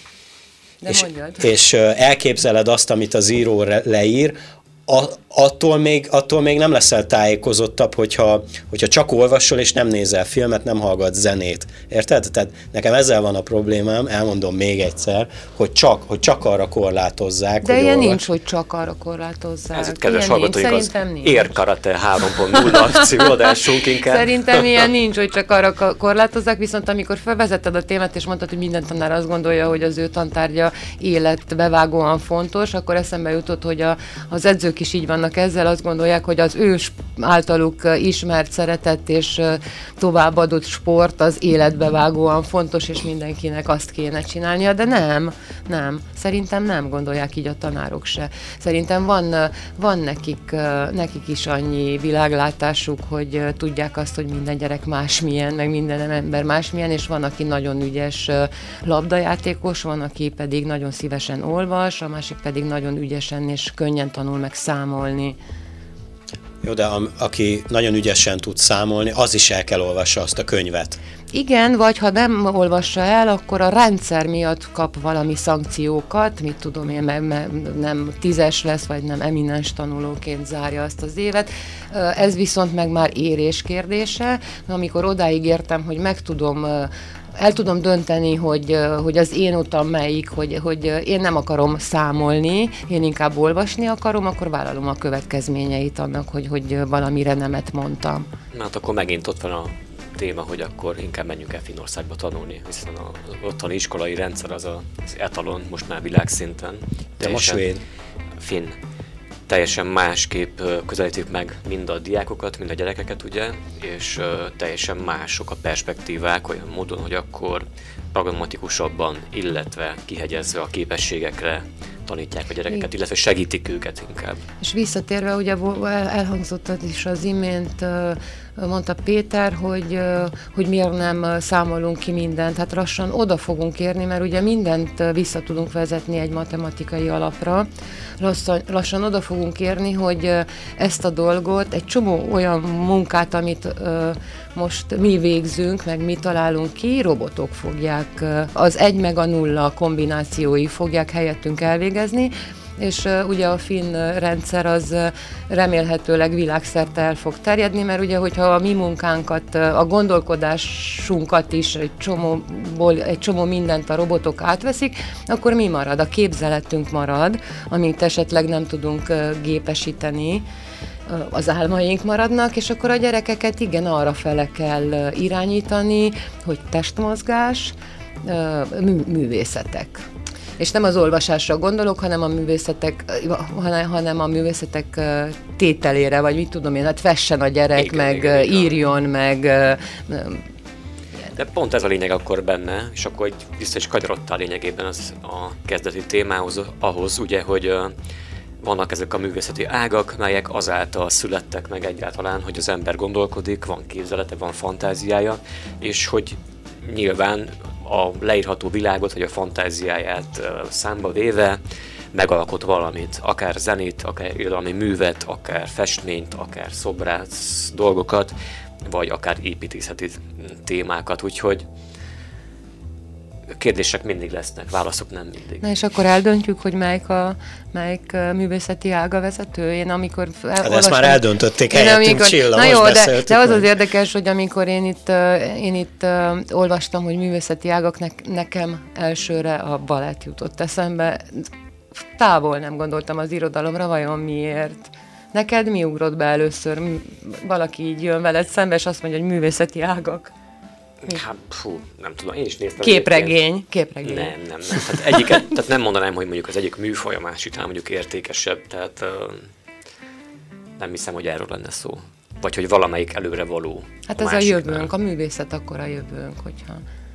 B: És elképzeled azt, amit az író leír, attól még nem leszel tájékozottabb, hogyha csak olvasol, és nem nézel filmet, nem hallgat zenét. Érted? Tehát nekem ezzel van a problémám, elmondom még egyszer, hogy csak arra korlátozzák.
C: De ilyen nincs, hogy csak arra korlátozzák.
D: Ez itt kedves hallgatóink, az Air Karate 3.0 címadásunk inkább.
C: Szerintem ilyen nincs, hogy csak arra korlátozzák, viszont amikor felvezetted a témát, és mondtad, hogy minden tanár azt gondolja, hogy az ő tantárgya életbevágóan fontos, akkor eszembe jutott, hogy az edzők is így vannak ezzel, azt gondolják, hogy az ő általuk ismert, szeretett és továbbadott sport az életbevágóan fontos, és mindenkinek azt kéne csinálnia, de nem. Szerintem nem gondolják így a tanárok se. Szerintem van nekik is annyi világlátásuk, hogy tudják azt, hogy minden gyerek másmilyen, meg minden ember másmilyen, és van, aki nagyon ügyes labdajátékos, van, aki pedig nagyon szívesen olvas, a másik pedig nagyon ügyesen és könnyen tanul meg számolni.
B: Jó, de aki nagyon ügyesen tud számolni, az is el kell olvassa azt a könyvet.
C: Igen, vagy ha nem olvassa el, akkor a rendszer miatt kap valami szankciókat, mit tudom én, nem 10-es lesz, vagy nem eminens tanulóként zárja azt az évet. Ez viszont meg már érés kérdése. Amikor odáig értem, hogy el tudom dönteni, hogy az én utam melyik, hogy én nem akarom számolni, én inkább olvasni akarom, akkor vállalom a következményeit annak, hogy valamire nemet mondtam.
D: Hát akkor megint ott van a téma, hogy akkor inkább menjünk el Finnországba tanulni, hiszen az ottani iskolai rendszer az etalon most már világszinten.
B: De most svéd.
D: Finn. Teljesen másképp közelítik meg mind a diákokat, mind a gyerekeket, ugye, és teljesen mások a perspektívák olyan módon, hogy akkor pragmatikusabban, illetve kihegyezve a képességekre tanítják a gyerekeket, illetve segítik őket inkább.
C: És visszatérve, ugye elhangzott is az imént, mondta Péter, hogy miért nem számolunk ki mindent. Hát lassan oda fogunk érni, mert ugye mindent vissza tudunk vezetni egy matematikai alapra. Lassan oda fogunk érni, hogy ezt a dolgot, egy csomó olyan munkát, amit most mi végzünk, meg mi találunk ki, robotok fogják, az 1 meg a 0 kombinációi fogják helyettünk elvégezni, és ugye a finn rendszer az remélhetőleg világszerte el fog terjedni, mert ugye, hogyha a mi munkánkat, a gondolkodásunkat is egy csomó mindent a robotok átveszik, akkor mi marad? A képzeletünk marad, amit esetleg nem tudunk gépesíteni, az álmaink maradnak, és akkor a gyerekeket igen, arra fele kell irányítani, hogy testmozgás, művészetek. És nem az olvasásra gondolok, hanem a művészetek tételére, vagy mit tudom én, hát fessen a gyerek, igen, írjon, meg
D: De pont ez a lényeg akkor benne, és akkor vissza is kanyarodtál lényegében az a kezdeti témához, ahhoz ugye, hogy vannak ezek a művészeti ágak, melyek azáltal születtek meg egyáltalán, hogy az ember gondolkodik, van képzelete, van fantáziája, és hogy nyilván a leírható világot, vagy a fantáziáját számba véve megalkot valamit, akár zenét, akár irodalmi művet, akár festményt, akár szobrász dolgokat, vagy akár építészeti témákat, úgyhogy kérdések mindig lesznek, válaszok nem mindig.
C: Na és akkor eldöntjük, hogy melyik művészeti ága vezető? Én amikor
B: hát ezt már eldöntötték helyettünk, Csilla,
C: na
B: most
C: jó,
B: beszéltük.
C: de az érdekes, hogy amikor én itt olvastam, hogy művészeti ágak, nekem elsőre a balett jutott eszembe. Távol nem gondoltam az irodalomra, vajon miért? Neked mi ugrott be először? Valaki így jön veled szembe, és azt mondja, hogy művészeti ágak.
D: Hát, nem tudom, én is néztem.
C: Képregény.
D: Nem. Tehát nem mondanám, hogy mondjuk az egyik műfaj a másiknál mondjuk értékesebb, tehát nem hiszem, hogy erről lenne szó. Vagy hogy valamelyik előre való.
C: Hát ez a jövőnk, a művészet akkor a jövőnk, hogyha...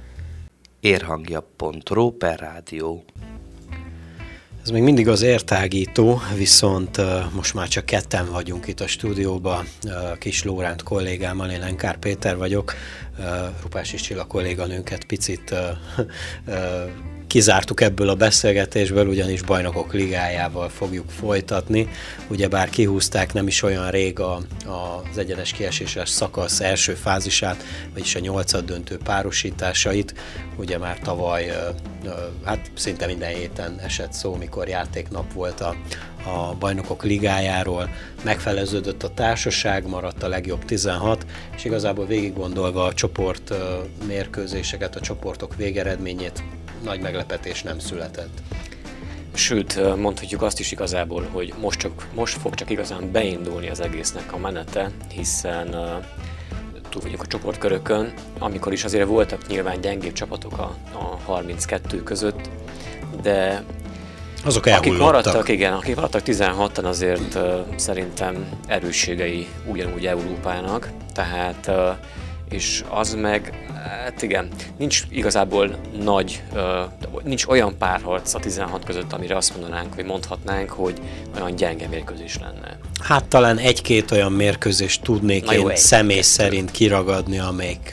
F: Érhangja.ro/rádió.
B: Ez még mindig az értágító, viszont most már csak ketten vagyunk itt a stúdióban, Kis Lóránt kollégámmal, én Lenkár Péter vagyok, Rupási Csilla kolléganőnket picit kizártuk ebből a beszélgetésből, ugyanis Bajnokok Ligájával fogjuk folytatni. Ugyebár kihúzták nem is olyan rég az egyenes kieséses szakasz első fázisát, vagyis a 8. döntő párosításait. Ugye már tavaly, hát szinte minden héten esett szó, mikor játéknap volt a Bajnokok Ligájáról. Megfeleződött a társaság, maradt a legjobb 16, és igazából végig gondolva a csoport mérkőzéseket, a csoportok végeredményét, nagy meglepetés nem született.
D: Sőt, mondhatjuk azt is igazából, hogy most fog csak igazán beindulni az egésznek a menete, hiszen túl vagyunk a csoportkörökön, amikor is azért voltak nyilván gyengébb csapatok a 32 között, de
B: azok
D: akik maradtak 16-an azért szerintem erősségei ugyanúgy Európának, tehát és az meg, hát igen, nincs igazából nincs olyan párharc a 16 között, amire azt mondanánk, vagy mondhatnánk, hogy olyan gyenge mérkőzés lenne.
B: Hát talán egy-két olyan mérkőzést tudnék személy szerint kiragadni, amelyik,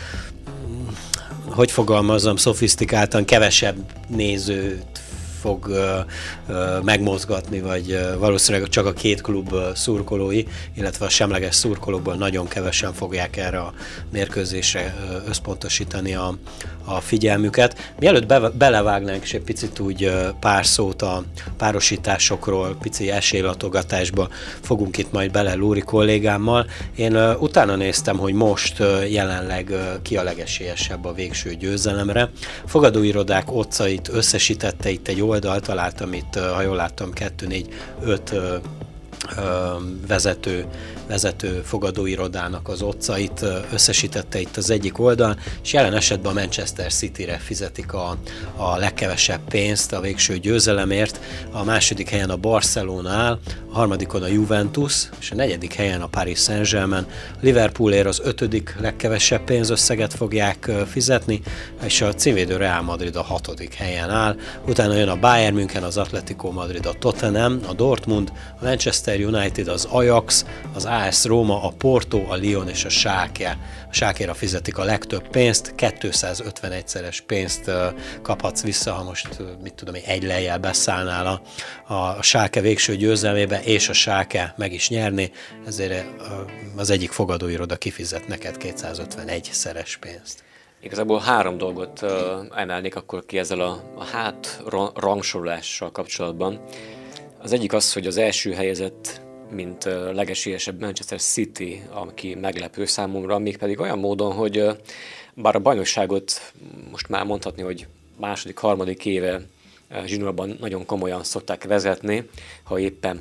B: hogy fogalmazom, szofisztikáltan kevesebb nézőt fog megmozgatni, vagy valószínűleg csak a két klub szurkolói, illetve a semleges szurkolókból nagyon kevesen fogják erre a mérkőzésre összpontosítani a figyelmüket. Mielőtt belevágnánk és egy picit úgy pár szót a párosításokról, pici esélylatogatásba fogunk itt majd bele Lóri kollégámmal. Én utána néztem, hogy most jelenleg ki a legesélyesebb a végső győzelemre. Fogadóirodák otcait összesítette itt egy oldal, találtam itt, ha jól láttam, 2-4-5 vezető fogadóirodának az otcait összesítette itt az egyik oldal, és jelen esetben a Manchester Cityre fizetik a legkevesebb pénzt a végső győzelemért, a második helyen a Barcelona áll, a harmadikon a Juventus, és a negyedik helyen a Paris Saint-Germain. Liverpoolért az 5. legkevesebb pénzösszeget fogják fizetni, és a címvédő Real Madrid a 6. helyen áll, utána jön a Bayern München, az Atletico Madrid, a Tottenham, a Dortmund, a Manchester United, az Ajax, az AS Roma, a Porto, a Lyon és a Schalke. A Schalke-ra fizetik a legtöbb pénzt, 251-szeres pénzt kaphatsz vissza, ha most egy lejjel beszállnál a Schalke végső győzelmébe, és a Schalke meg is nyerni, ezért az egyik fogadóiroda kifizet neked 251-szeres pénzt.
D: Igazából 3 dolgot emelnék akkor ki ezzel a rangsorolással kapcsolatban. Az egyik az, hogy az első helyezett, mint legesélyesebb Manchester City, aki meglepő számomra, mégpedig olyan módon, hogy bár a bajnokságot most már mondhatni, hogy második-harmadik éve zsinórban nagyon komolyan szokták vezetni, ha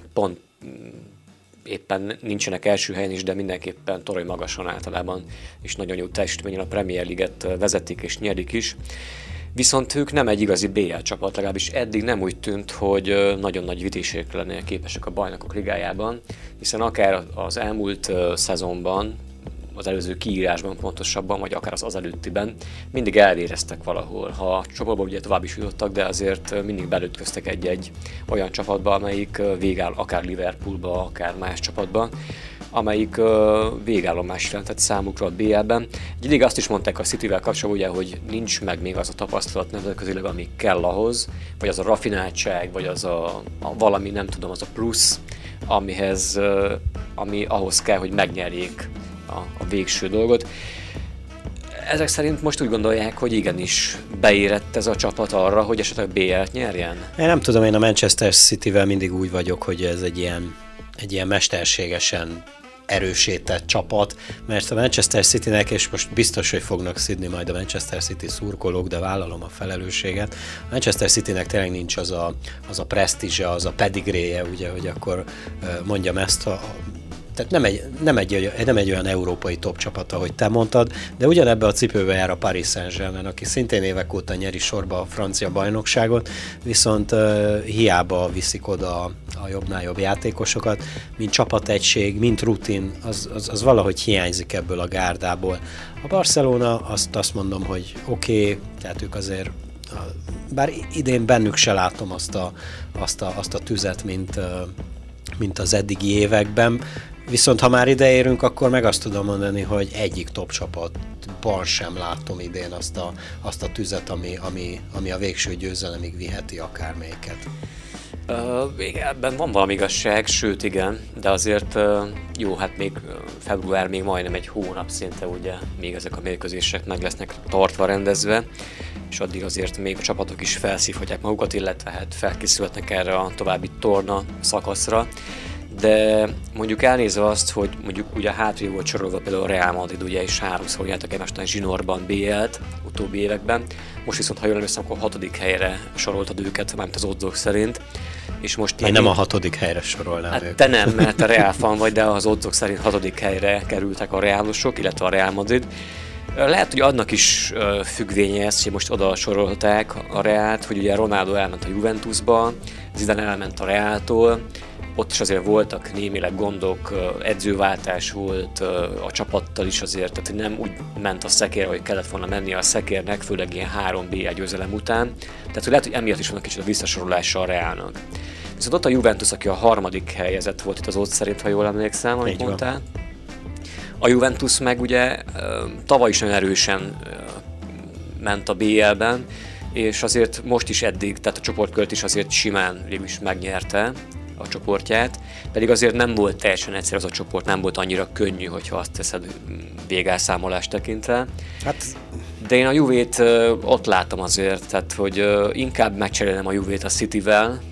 D: éppen nincsenek első helyen is, de mindenképpen torony magasan általában, és nagyon jó teljesítményen a Premier League-et vezetik és nyerik is. Viszont ők nem egy igazi BL csapat, legalábbis eddig nem úgy tűnt, hogy nagyon nagy vitézségekre lennének képesek a Bajnokok Ligájában, hiszen akár az elmúlt szezonban, az előző kiírásban pontosabban, vagy akár az előttiben, mindig elvéreztek valahol. Ha a csoportban ugye tovább is jutottak, de azért mindig belütköztek egy-egy olyan csapatba, amelyik végáll, akár Liverpoolba, akár más csapatba, amelyik végállomás jelentett számukra a BL-ben. Egy ideig azt is mondták a Cityvel kapcsolatban, ugye, hogy nincs meg még az a tapasztalat nemzetközileg, ami kell ahhoz, vagy az a raffináltság, vagy az a valami, nem tudom, az a plusz, ami ahhoz kell, hogy megnyerjék a végső dolgot. Ezek szerint most úgy gondolják, hogy igenis beérett ez a csapat arra, hogy esetleg BL-t nyerjen?
B: Én nem tudom, én a Manchester Cityvel mindig úgy vagyok, hogy ez egy ilyen mesterségesen erősített csapat, mert a Manchester Citynek, és most biztos, hogy fognak szidni majd a Manchester City szurkolók, de vállalom a felelősséget. A Manchester Citynek tényleg nincs az a presztízse, az a pedigréje, ugye, hogy akkor mondjam ezt, tehát nem egy olyan európai top csapat, ahogy te mondtad, de ugyanebbe a cipőbe jár a Paris Saint-Germain, aki szintén évek óta nyeri sorba a francia bajnokságot, viszont hiába viszik oda a jobbnál jobb játékosokat, mint csapategység, mint rutin, az valahogy hiányzik ebből a gárdából. A Barcelona, azt mondom, hogy oké, tehát ők azért, bár idén bennük se látom azt a tüzet, mint az eddigi években. Viszont ha már ideérünk, akkor meg azt tudom mondani, hogy egyik top csapatban sem látom idén azt a tüzet, ami a végső győzelemig viheti akármelyiket.
D: Ebben van valami igazság, sőt igen, de azért jó, hát még február, még majdnem egy hónap szinte, ugye, még ezek a mérkőzések meg lesznek tartva, rendezve, és addig azért még a csapatok is felszívhatják magukat, illetve hát felkészülhetnek erre a további torna szakaszra. De mondjuk elnézve azt, hogy mondjuk ugye hátrébb volt sorolva például a Real Madrid, ugye is 3-szor jártak egymástán zsinórban BL-t utóbbi években, most viszont ha jól emlékszem, akkor 6. helyre soroltad őket, mármint az oddsok szerint. És most
B: én nem a 6. helyre sorolnám őket.
D: Te nem, mert a Real fan vagy, de az oddsok szerint 6. helyre kerültek a Reálosok, illetve a Real Madrid. Lehet, hogy annak is függvénye ez, hogy most oda sorolták a Reált, hogy ugye Ronaldo elment a Juventusba, Zidane elment a Reáltól, ott is azért voltak némileg gondok, edzőváltás volt a csapattal is azért, tehát nem úgy ment a szekér, hogy kellett volna mennie a szekérnek, főleg ilyen 3 BL győzelem után. Tehát hogy lehet, hogy emiatt is van kicsit a visszasorolása a Reálnak. Viszont ott a Juventus, aki a 3. helyezett volt itt az odds szerint, ha jól emlékszem, amit mondtál. A Juventus meg ugye tavaly is nagyon erősen ment a BL-ben, és azért most is eddig, tehát a csoportkört is azért simán végül is megnyerte a csoportját, pedig azért nem volt teljesen egyszerű az a csoport, nem volt annyira könnyű, hogyha azt teszed végelszámolást tekintve. Hát. De én a Juvét ott látom azért, tehát hogy inkább megcserélem a Juvét a Cityvel,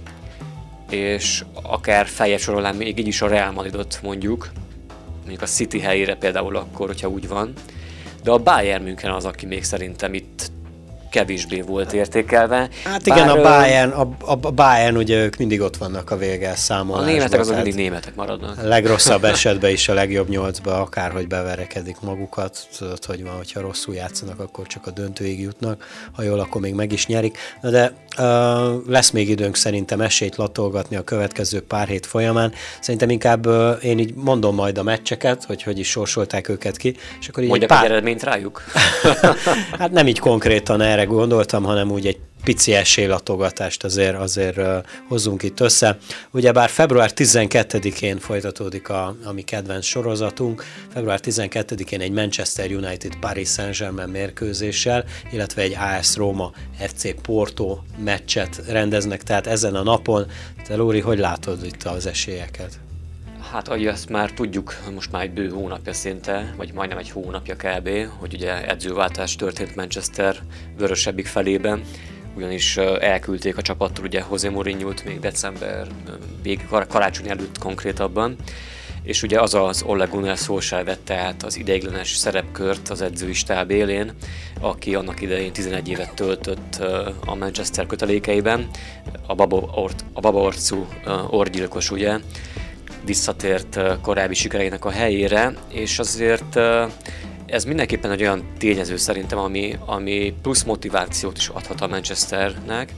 D: és akár feljebb sorolnám még így is a Real Madridot mondjuk a City helyére például akkor, hogyha úgy van. De a Bayern München az, aki még szerintem itt kevésbé volt értékelve.
B: Hát igen, a Bayern ugye ők mindig ott vannak a végelszámolásban.
D: A németek azok mindig németek maradnak.
B: A legrosszabb esetben is a legjobb 8-ba akárhogy beverekedik magukat. Tudod, hogy van, hogyha rosszul játszanak, akkor csak a döntőig jutnak. Ha jól, akkor még meg is nyerik. Na de lesz még időnk szerintem esélyt latolgatni a következő pár hét folyamán. Szerintem inkább én így mondom majd a meccseket, hogy is sorsolták őket ki. És akkor így
D: mondjak egy eredményt rájuk?
B: Hát nem így konkrétan erre gondoltam, hanem úgy egy pici esélylatogatást azért hozzunk itt össze. Ugyebár február 12-én folytatódik a mi kedvenc sorozatunk, február 12-én egy Manchester United Paris Saint-Germain mérkőzéssel, illetve egy AS Roma FC Porto meccset rendeznek, tehát ezen a napon. Te Lóri, hogy látod itt az esélyeket?
D: Hát, ahogy ezt már tudjuk, most már egy bő hónapja szinte, vagy majdnem egy hónapja kb., hogy ugye edzőváltás történt Manchester vörösebbik felében, ugyanis elküldték a csapattól ugye José Mourinho-t még december karácsony előtt konkrétabban, és ugye az Ole Gunnar Solskjaer vette át az ideiglenes szerepkört az edzői stáb élén, aki annak idején 11 évet töltött a Manchester kötelékeiben, a baba arcú orrgyilkos ugye, visszatért korábbi sikereinek a helyére, és azért ez mindenképpen egy olyan tényező szerintem, ami plusz motivációt is adhat a Manchesternek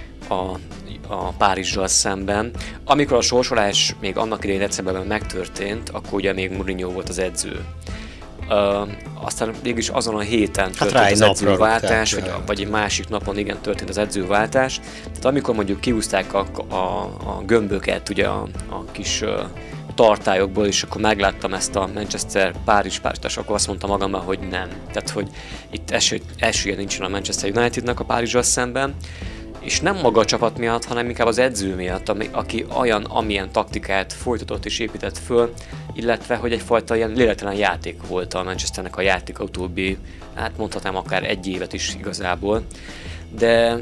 D: a Párizsal szemben. Amikor a sorsolás még annak idején decemberben megtörtént, akkor ugye még Mourinho volt az edző. aztán mégis azon a héten történt az edzőváltás, vagy egy másik napon igen történt az edzőváltás. Tehát amikor mondjuk kiúzták a gömböket ugye a kis tartályokból, és akkor megláttam ezt a Manchester-Párizs párosítást, akkor azt mondtam magammal, hogy nem. Tehát, hogy itt esélye nincsen a Manchester Unitednak a Párizsal szemben, és nem maga a csapat miatt, hanem inkább az edző miatt, aki amilyen taktikát folytatott és épített föl, illetve, hogy egyfajta ilyen lélektelen játék volt a Manchesternek a játék utóbbi, hát mondhatnám akár egy évet is igazából, de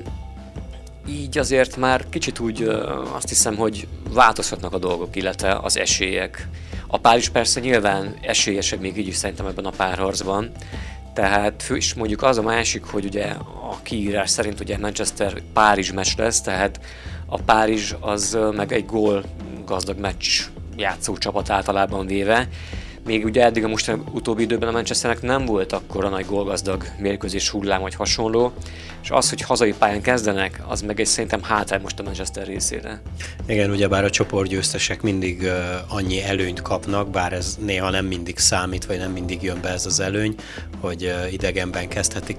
D: így azért már kicsit úgy azt hiszem, hogy változhatnak a dolgok, illetve az esélyek. A Párizs persze nyilván esélyesebb még így is szerintem ebben a párharcban, tehát és mondjuk az a másik, hogy ugye a kiírás szerint ugye Manchester-Párizs meccs lesz, tehát a Párizs az meg egy gól gazdag meccs játszó csapat általában véve, még ugye eddig a most utóbbi időben a Manchesternek nem volt akkora nagy gólgazdag mérkőzés hullám vagy hasonló, és az, hogy hazai pályán kezdenek, az meg egy szerintem hátrány most a Manchester részére.
B: Igen, ugyebár a csoportgyőztesek mindig annyi előnyt kapnak, bár ez néha nem mindig számít, vagy nem mindig jön be ez az előny, hogy idegenben kezdhetik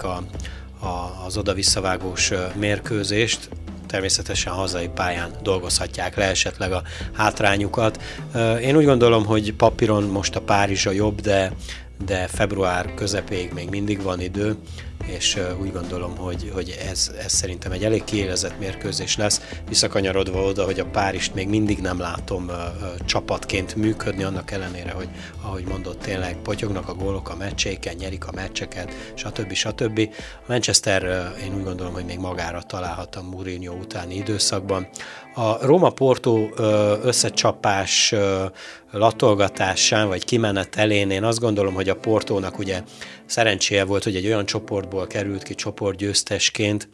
B: az oda-visszavágós mérkőzést. Természetesen hazai pályán dolgozhatják le esetleg a hátrányukat. Én úgy gondolom, hogy papíron most a Párizs a jobb, de február közepéig még mindig van idő, és úgy gondolom, hogy ez szerintem egy elég kiélezett mérkőzés lesz. Visszakanyarodva oda, hogy a Párizst még mindig nem látom csapatként működni, annak ellenére, hogy ahogy mondott, tényleg potyognak a gólok a meccséken, nyerik a meccseket, stb. A Manchester, én úgy gondolom, hogy még magára találhat a Mourinho utáni időszakban. A Róma-Porto összecsapás latolgatásán, vagy kimenetelén én azt gondolom, hogy a Portónak ugye szerencséje volt, hogy egy olyan csoportból került ki csoportgyőztesként,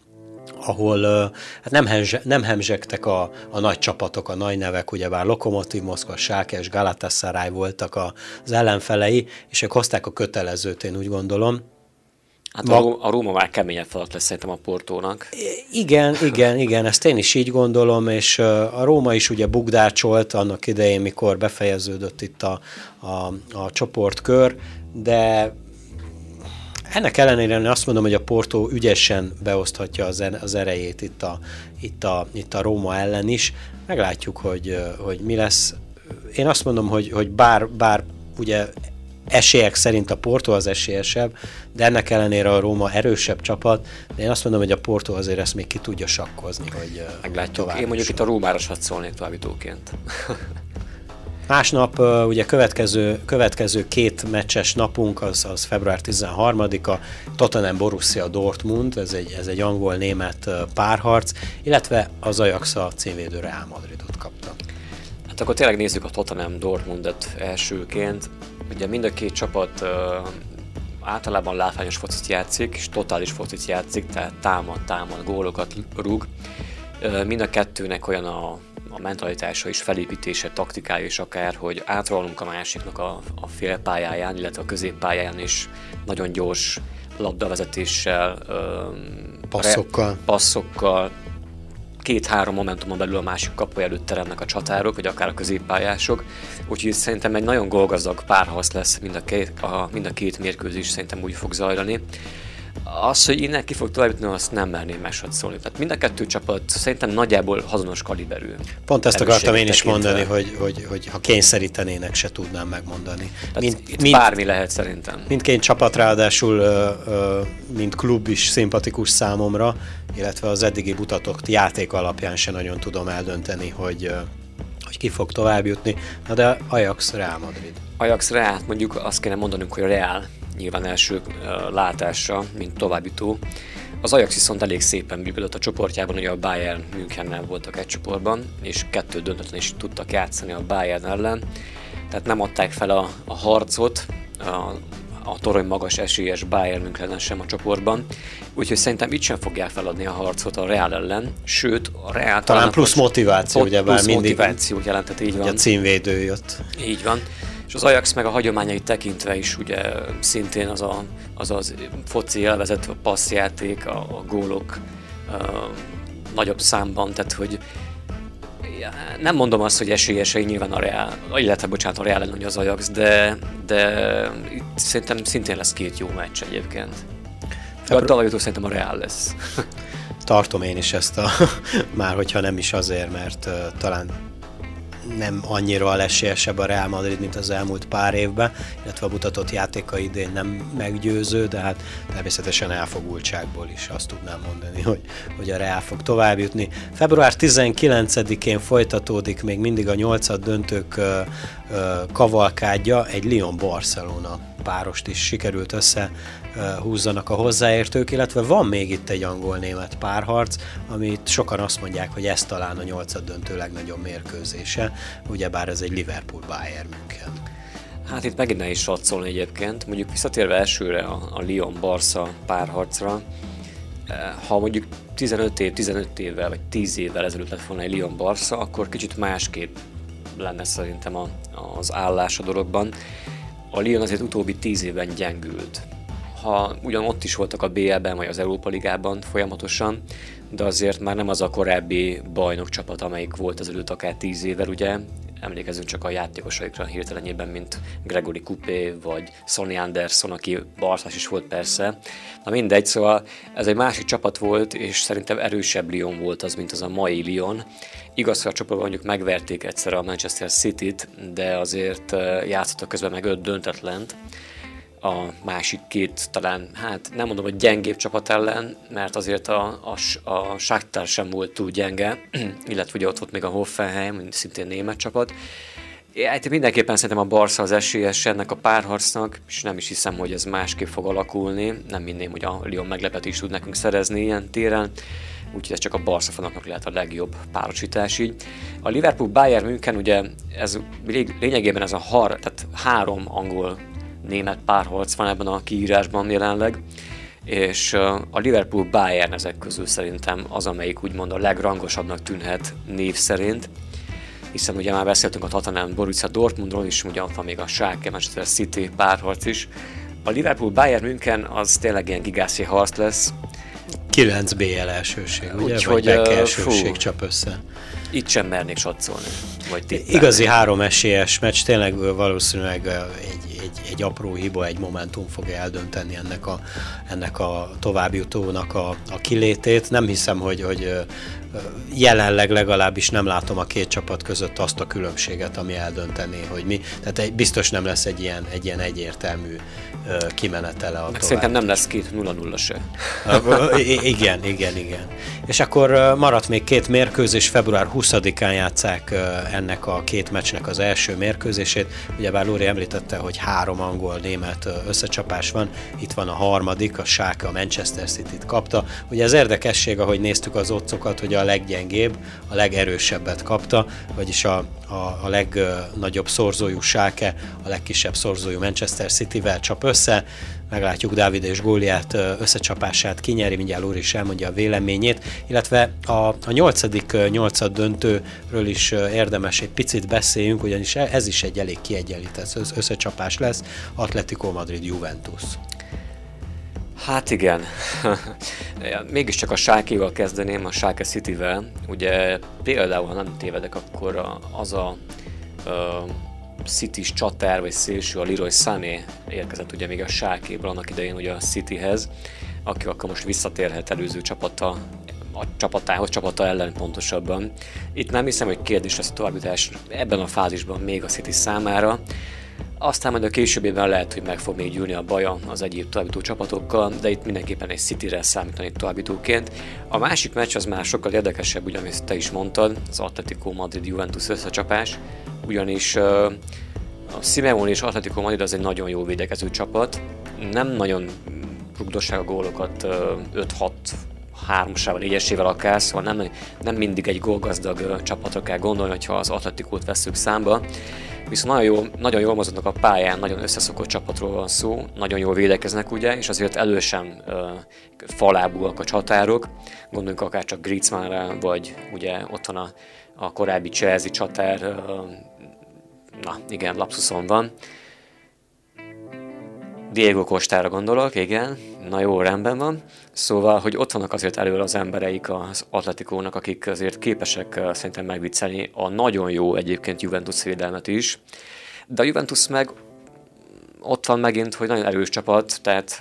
B: ahol hát nem hemzsegtek a nagy csapatok, a nagy nevek, ugyebár Lokomotív Moszkva, Schalke és Galatasaray voltak az ellenfelei, és ők hozták a kötelezőt, én úgy gondolom.
D: Hát a Róma már keményebb feladat lesz szerintem a Portónak.
B: Igen, ezt én is így gondolom, és a Róma is ugye bugdácsolt annak idején, mikor befejeződött itt a csoportkör, de ennek ellenére én azt mondom, hogy a Porto ügyesen beoszthatja az erejét itt a Róma ellen is. Meglátjuk, hogy mi lesz. Én azt mondom, hogy bár ugye esélyek szerint a Porto az esélyesebb, de ennek ellenére a Róma erősebb csapat, de én azt mondom, hogy a Porto azért ezt még ki tudja sakkozni, hogy
D: meglátjuk. Én mondjuk itt a Rómára satszolnék továbbítóként.
B: Másnap ugye következő két meccses napunk az február 13-a, Tottenham Borussia Dortmund, ez egy angol-német párharc, illetve az Ajax a címvédő Real Madridot kapta.
D: Hát akkor tényleg nézzük a Tottenham Dortmundet elsőként. Ugye mind a két csapat általában látványos focit játszik, és totális focit játszik, tehát támad, gólokat rúg. Mind a kettőnek olyan a mentalitása és felépítése, taktikája is akár, hogy átrolunk a másiknak a félpályáján, illetve a középpályáján is nagyon gyors labdavezetéssel, passzokkal, 2-3 momentumon belül a másik kapu előtt teremnek a csatárok, vagy akár a középpályások. Úgyhogy szerintem egy nagyon gólgazdag párharc lesz mind a két mérkőzés, szerintem úgy fog zajlani. Az, hogy innen ki fog továbbjutni, azt nem merném megszólni. Tehát mind a kettő csapat szerintem nagyjából azonos kaliberű.
B: Pont ezt akartam én is mondani, hogy ha kényszerítenének, se tudnám megmondani.
D: Bármi lehet szerintem.
B: Mindként csapat ráadásul, mint klub is szimpatikus számomra, illetve az eddigi mutatott játék alapján se nagyon tudom eldönteni, hogy ki fog továbbjutni. Na de Ajax, Real Madrid.
D: Ajax, Real, mondjuk azt kéne mondanunk, hogy a Real nyilván első látásra, mint továbbjutó. Az Ajax viszont elég szépen működött a csoportjában, ugye a Bayern Münchennel voltak egy csoportban, és 2 döntetlen is tudtak játszani a Bayern ellen. Tehát nem adták fel a harcot, a torony magas esélyes Bayern München ellen sem a csoportban. Úgyhogy szerintem itt sem fogják feladni a harcot a Real ellen, sőt a Real
B: talán plusz motiváció, ugye bár mindig
D: motivációt jelentett, így van.
B: A címvédő jött.
D: Így van. És az Ajax meg a hagyományait tekintve is ugye szintén az foci élvezet, a passzjáték, a gólok nagyobb számban, tehát hogy Nem mondom azt, hogy esélyesei nyilván a Real, illetve a Real ellen az Ajax, de itt szerintem szintén lesz két jó meccs egyébként. De a talajutó szerintem a Real lesz.
B: Tartom én is ezt már hogyha nem is azért, mert talán nem annyira esélyesebb a Real Madrid, mint az elmúlt pár évben, illetve a mutatott játéka idén nem meggyőző, de hát természetesen elfogultságból is azt tudnám mondani, hogy a Real fog tovább jutni. Február 19-én folytatódik még mindig a 8. döntők kavalkádja, egy Lyon-Barcelona párost is sikerült összehúzzanak a hozzáértők, illetve van még itt egy angol-német párharc, amit sokan azt mondják, hogy ez talán a 8. döntő legnagyobb mérkőzése, ugyebár ez egy Liverpool-Bayern München.
D: Hát itt megint nehéz satszolni egyébként, mondjuk visszatérve elsőre a Lyon-Barca párharcra, ha mondjuk 15 évvel vagy 10 évvel ezelőtt lett volna egy Lyon-Barca, akkor kicsit másképp lenne szerintem az állás a dologban. A Lyon azért utóbbi 10 évben gyengült. Ha ugyan ott is voltak a BL-ben vagy az Európa Ligában folyamatosan, de azért már nem az a korábbi bajnokcsapat, amelyik volt ezelőtt akár 10 évvel, ugye. Emlékezzünk csak a játékosaikra hirtelenjében, mint Gregory Coupé vagy Sonny Anderson, aki barszás is volt persze. Na mindegy, szóval ez egy másik csapat volt, és szerintem erősebb Lyon volt az, mint az a mai Lyon. Igaz, hogy a csoportban mondjuk megverték egyszer a Manchester Cityt, de azért játszottak közben meg 5 döntetlent. A másik két talán, hát nem mondom, hogy gyengébb csapat ellen, mert azért a Shakhtar sem volt túl gyenge, illetve ugye ott volt még a Hoffenheim, szintén német csapat. Hát mindenképpen szerintem a Barca az esélyes ennek a párharcnak, és nem is hiszem, hogy ez másképp fog alakulni. Nem hinném, hogy a Lyon meglepetést tud nekünk szerezni ilyen téren, úgyhogy ez csak a Barca fanoknak lehet a legjobb párosítás így. A Liverpool-Bayern München ugye ez lényegében ez tehát 3 angol német párharc van ebben a kiírásban jelenleg, és a Liverpool-Bayern ezek közül szerintem az, amelyik úgymond a legrangosabbnak tűnhet név szerint, hiszen ugye már beszéltünk a Tottenham Borussia Dortmundról is, ugye ott van még a Schalke Manchester City párharc is. A Liverpool-Bayern München az tényleg ilyen gigászi harc lesz.
B: 9 BL elsőség, ugye?
D: Úgyhogy
B: vagy elsőség csap össze.
D: Itt sem mernék satszolni.
B: Igazi 3 esélyes meccs, tényleg valószínűleg egy apró hiba, egy momentum fogja eldönteni ennek a továbbjutónak a kilétét. Nem hiszem, hogy jelenleg legalábbis nem látom a két csapat között azt a különbséget, ami eldöntené, hogy mi. Tehát biztos nem lesz egy ilyen egyértelmű kimenetele a tovább.
D: Szerintem nem lesz 2-0-0 se.
B: Igen. És akkor maradt még 2 mérkőzés, február 20-án játsszák ennek a 2 meccsnek az első mérkőzését. Ugyebár Lóri említette, hogy 3 angol-német összecsapás van, itt van a harmadik, a Schalke a Manchester City-t kapta. Ugye az érdekesség, ahogy néztük az otcokat, hogy a leggyengébb, a legerősebbet kapta, vagyis a legnagyobb szorzójú Schalke a legkisebb szorzójú Manchester City-vel csap össze. Meglátjuk Dávid és Góliát összecsapását kinyeri, mindjárt Lóri is elmondja a véleményét, illetve a 8. döntőről is érdemes egy picit beszéljünk, ugyanis ez is egy elég kiegyenlített összecsapás lesz, Atletico Madrid Juventus.
D: Hát igen, mégiscsak a Schalke-val kezdeném, a Schalke City-vel. Ugye például, ha nem tévedek, akkor az a City-s csatár vagy szélső, a Leroy Sané érkezett ugye még a Schalke-ből annak idején ugye a Cityhez, aki akkor most visszatérhet előző csapata ellen pontosabban. Itt nem hiszem, hogy kérdés lesz a továbbjutás ebben a fázisban még a City számára. Aztán majd a későbbiben lehet, hogy meg fog még gyűlni a baja az egyéb továbbjutó csapatokkal, de itt mindenképpen egy Cityre számítani továbbjutóként. A másik meccs az már sokkal érdekesebb, ugyanis te is mondtad, az Atletico Madrid Juventus összecsapás, ugyanis a Simeone és Atletico Madrid az egy nagyon jó védekező csapat, nem nagyon rugdossák a gólokat 5-6 3-sával, 4-esével akár, szóval nem mindig egy gólgazdag csapatra kell gondolni, ha az Atleticót vesszük számba. Viszont nagyon jól mozognak a pályán, nagyon összeszokott csapatról van szó, nagyon jól védekeznek ugye, és azért elősen falábúak a csatárok. Gondoljunk akár csak Griezmannra, vagy ugye ott van a korábbi Chelsea csatár, lapszuszon van. Diego Costára gondolok, igen. Na jó, rendben van. Szóval, hogy ott vannak azért elől az embereik az Atletikónak, akik azért képesek szerintem megviccelni a nagyon jó egyébként Juventus védelmet is. De a Juventus meg ott van megint, hogy nagyon erős csapat, tehát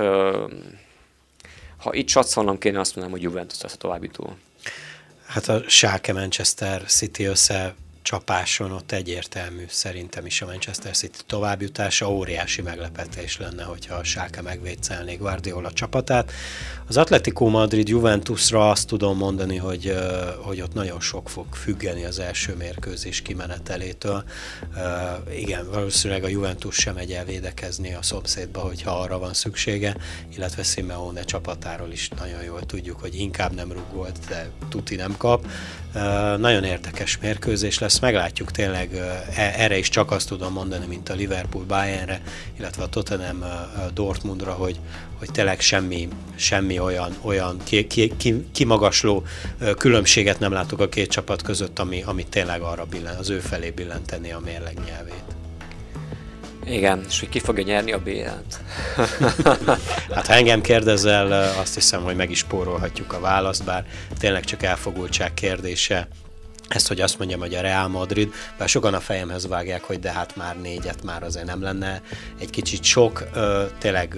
D: ha itt satszolnom kéne, azt mondanám, hogy Juventus lesz a továbbjutó.
B: Hát a Schalke Manchester City összecsapáson ott egyértelmű szerintem is a Manchester City továbbjutása, óriási meglepetés lenne, hogyha a Schalke megvédcelné Guardiola csapatát. Az Atletico Madrid Juventusra azt tudom mondani, hogy ott nagyon sok fog függeni az első mérkőzés kimenetelétől. Igen, valószínűleg a Juventus sem megy el védekezni a szomszédba, hogyha arra van szüksége, illetve Simeone csapatáról is nagyon jól tudjuk, hogy inkább nem rúgolt, de tuti nem kap. Nagyon érdekes mérkőzés lesz, meglátjuk tényleg, erre is csak azt tudom mondani, mint a Liverpool Bayernre, illetve a Tottenham Dortmundra, hogy tényleg semmi olyan kimagasló különbséget nem látok a két csapat között, ami tényleg arra az ő felé billenteni a mérleg nyelvét.
D: Igen, és hogy ki fogja nyerni a BL-t?
B: Hát ha engem kérdezel, azt hiszem, hogy meg is spórolhatjuk a választ, bár tényleg csak elfogultság kérdése. Ezt, hogy azt mondjam, hogy a Real Madrid, bár sokan a fejemhez vágják, hogy de hát már 4-et már azért nem lenne egy kicsit sok, tényleg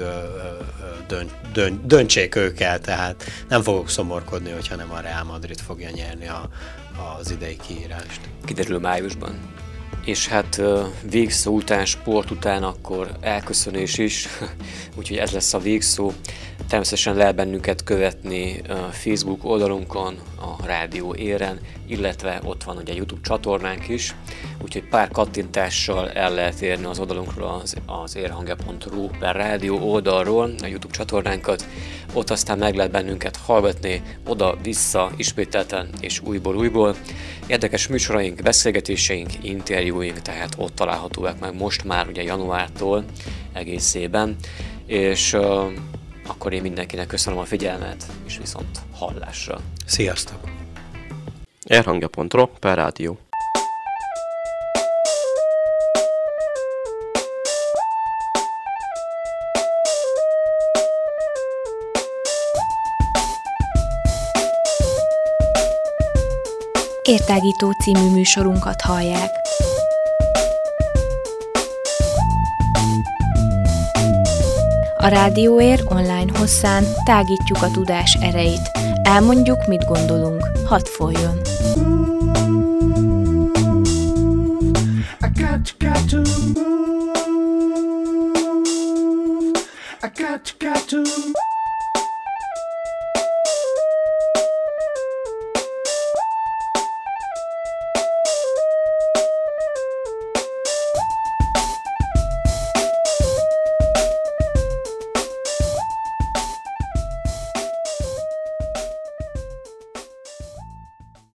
B: döntsék ők el, tehát nem fogok szomorkodni, hogyha nem a Real Madrid fogja nyerni az idei kiírást.
D: Kiderül májusban. És hát végszó után, sport után akkor elköszönés is, úgyhogy ez lesz a végszó. Természetesen lehet bennünket követni Facebook oldalunkon, a Rádió Éren, illetve ott van ugye YouTube csatornánk is, úgyhogy pár kattintással el lehet érni az oldalunkról az érhangja.ru/rádió oldalról a YouTube csatornánkat, ott aztán meg lehet bennünket hallgatni oda-vissza, ismételten és újból. Érdekes műsoraink, beszélgetéseink, interjúink, tehát ott találhatóak meg most már ugye januártól egészében, és akkor én mindenkinek köszönöm a figyelmet, és viszont hallásra.
B: Sziasztok!
F: Érhangja.ru/rádió.
A: Értágító című műsorunkat hallják. A Rádióér online hosszán tágítjuk a tudás erejét. Elmondjuk, mit gondolunk. Hadd folyjon!
G: I got to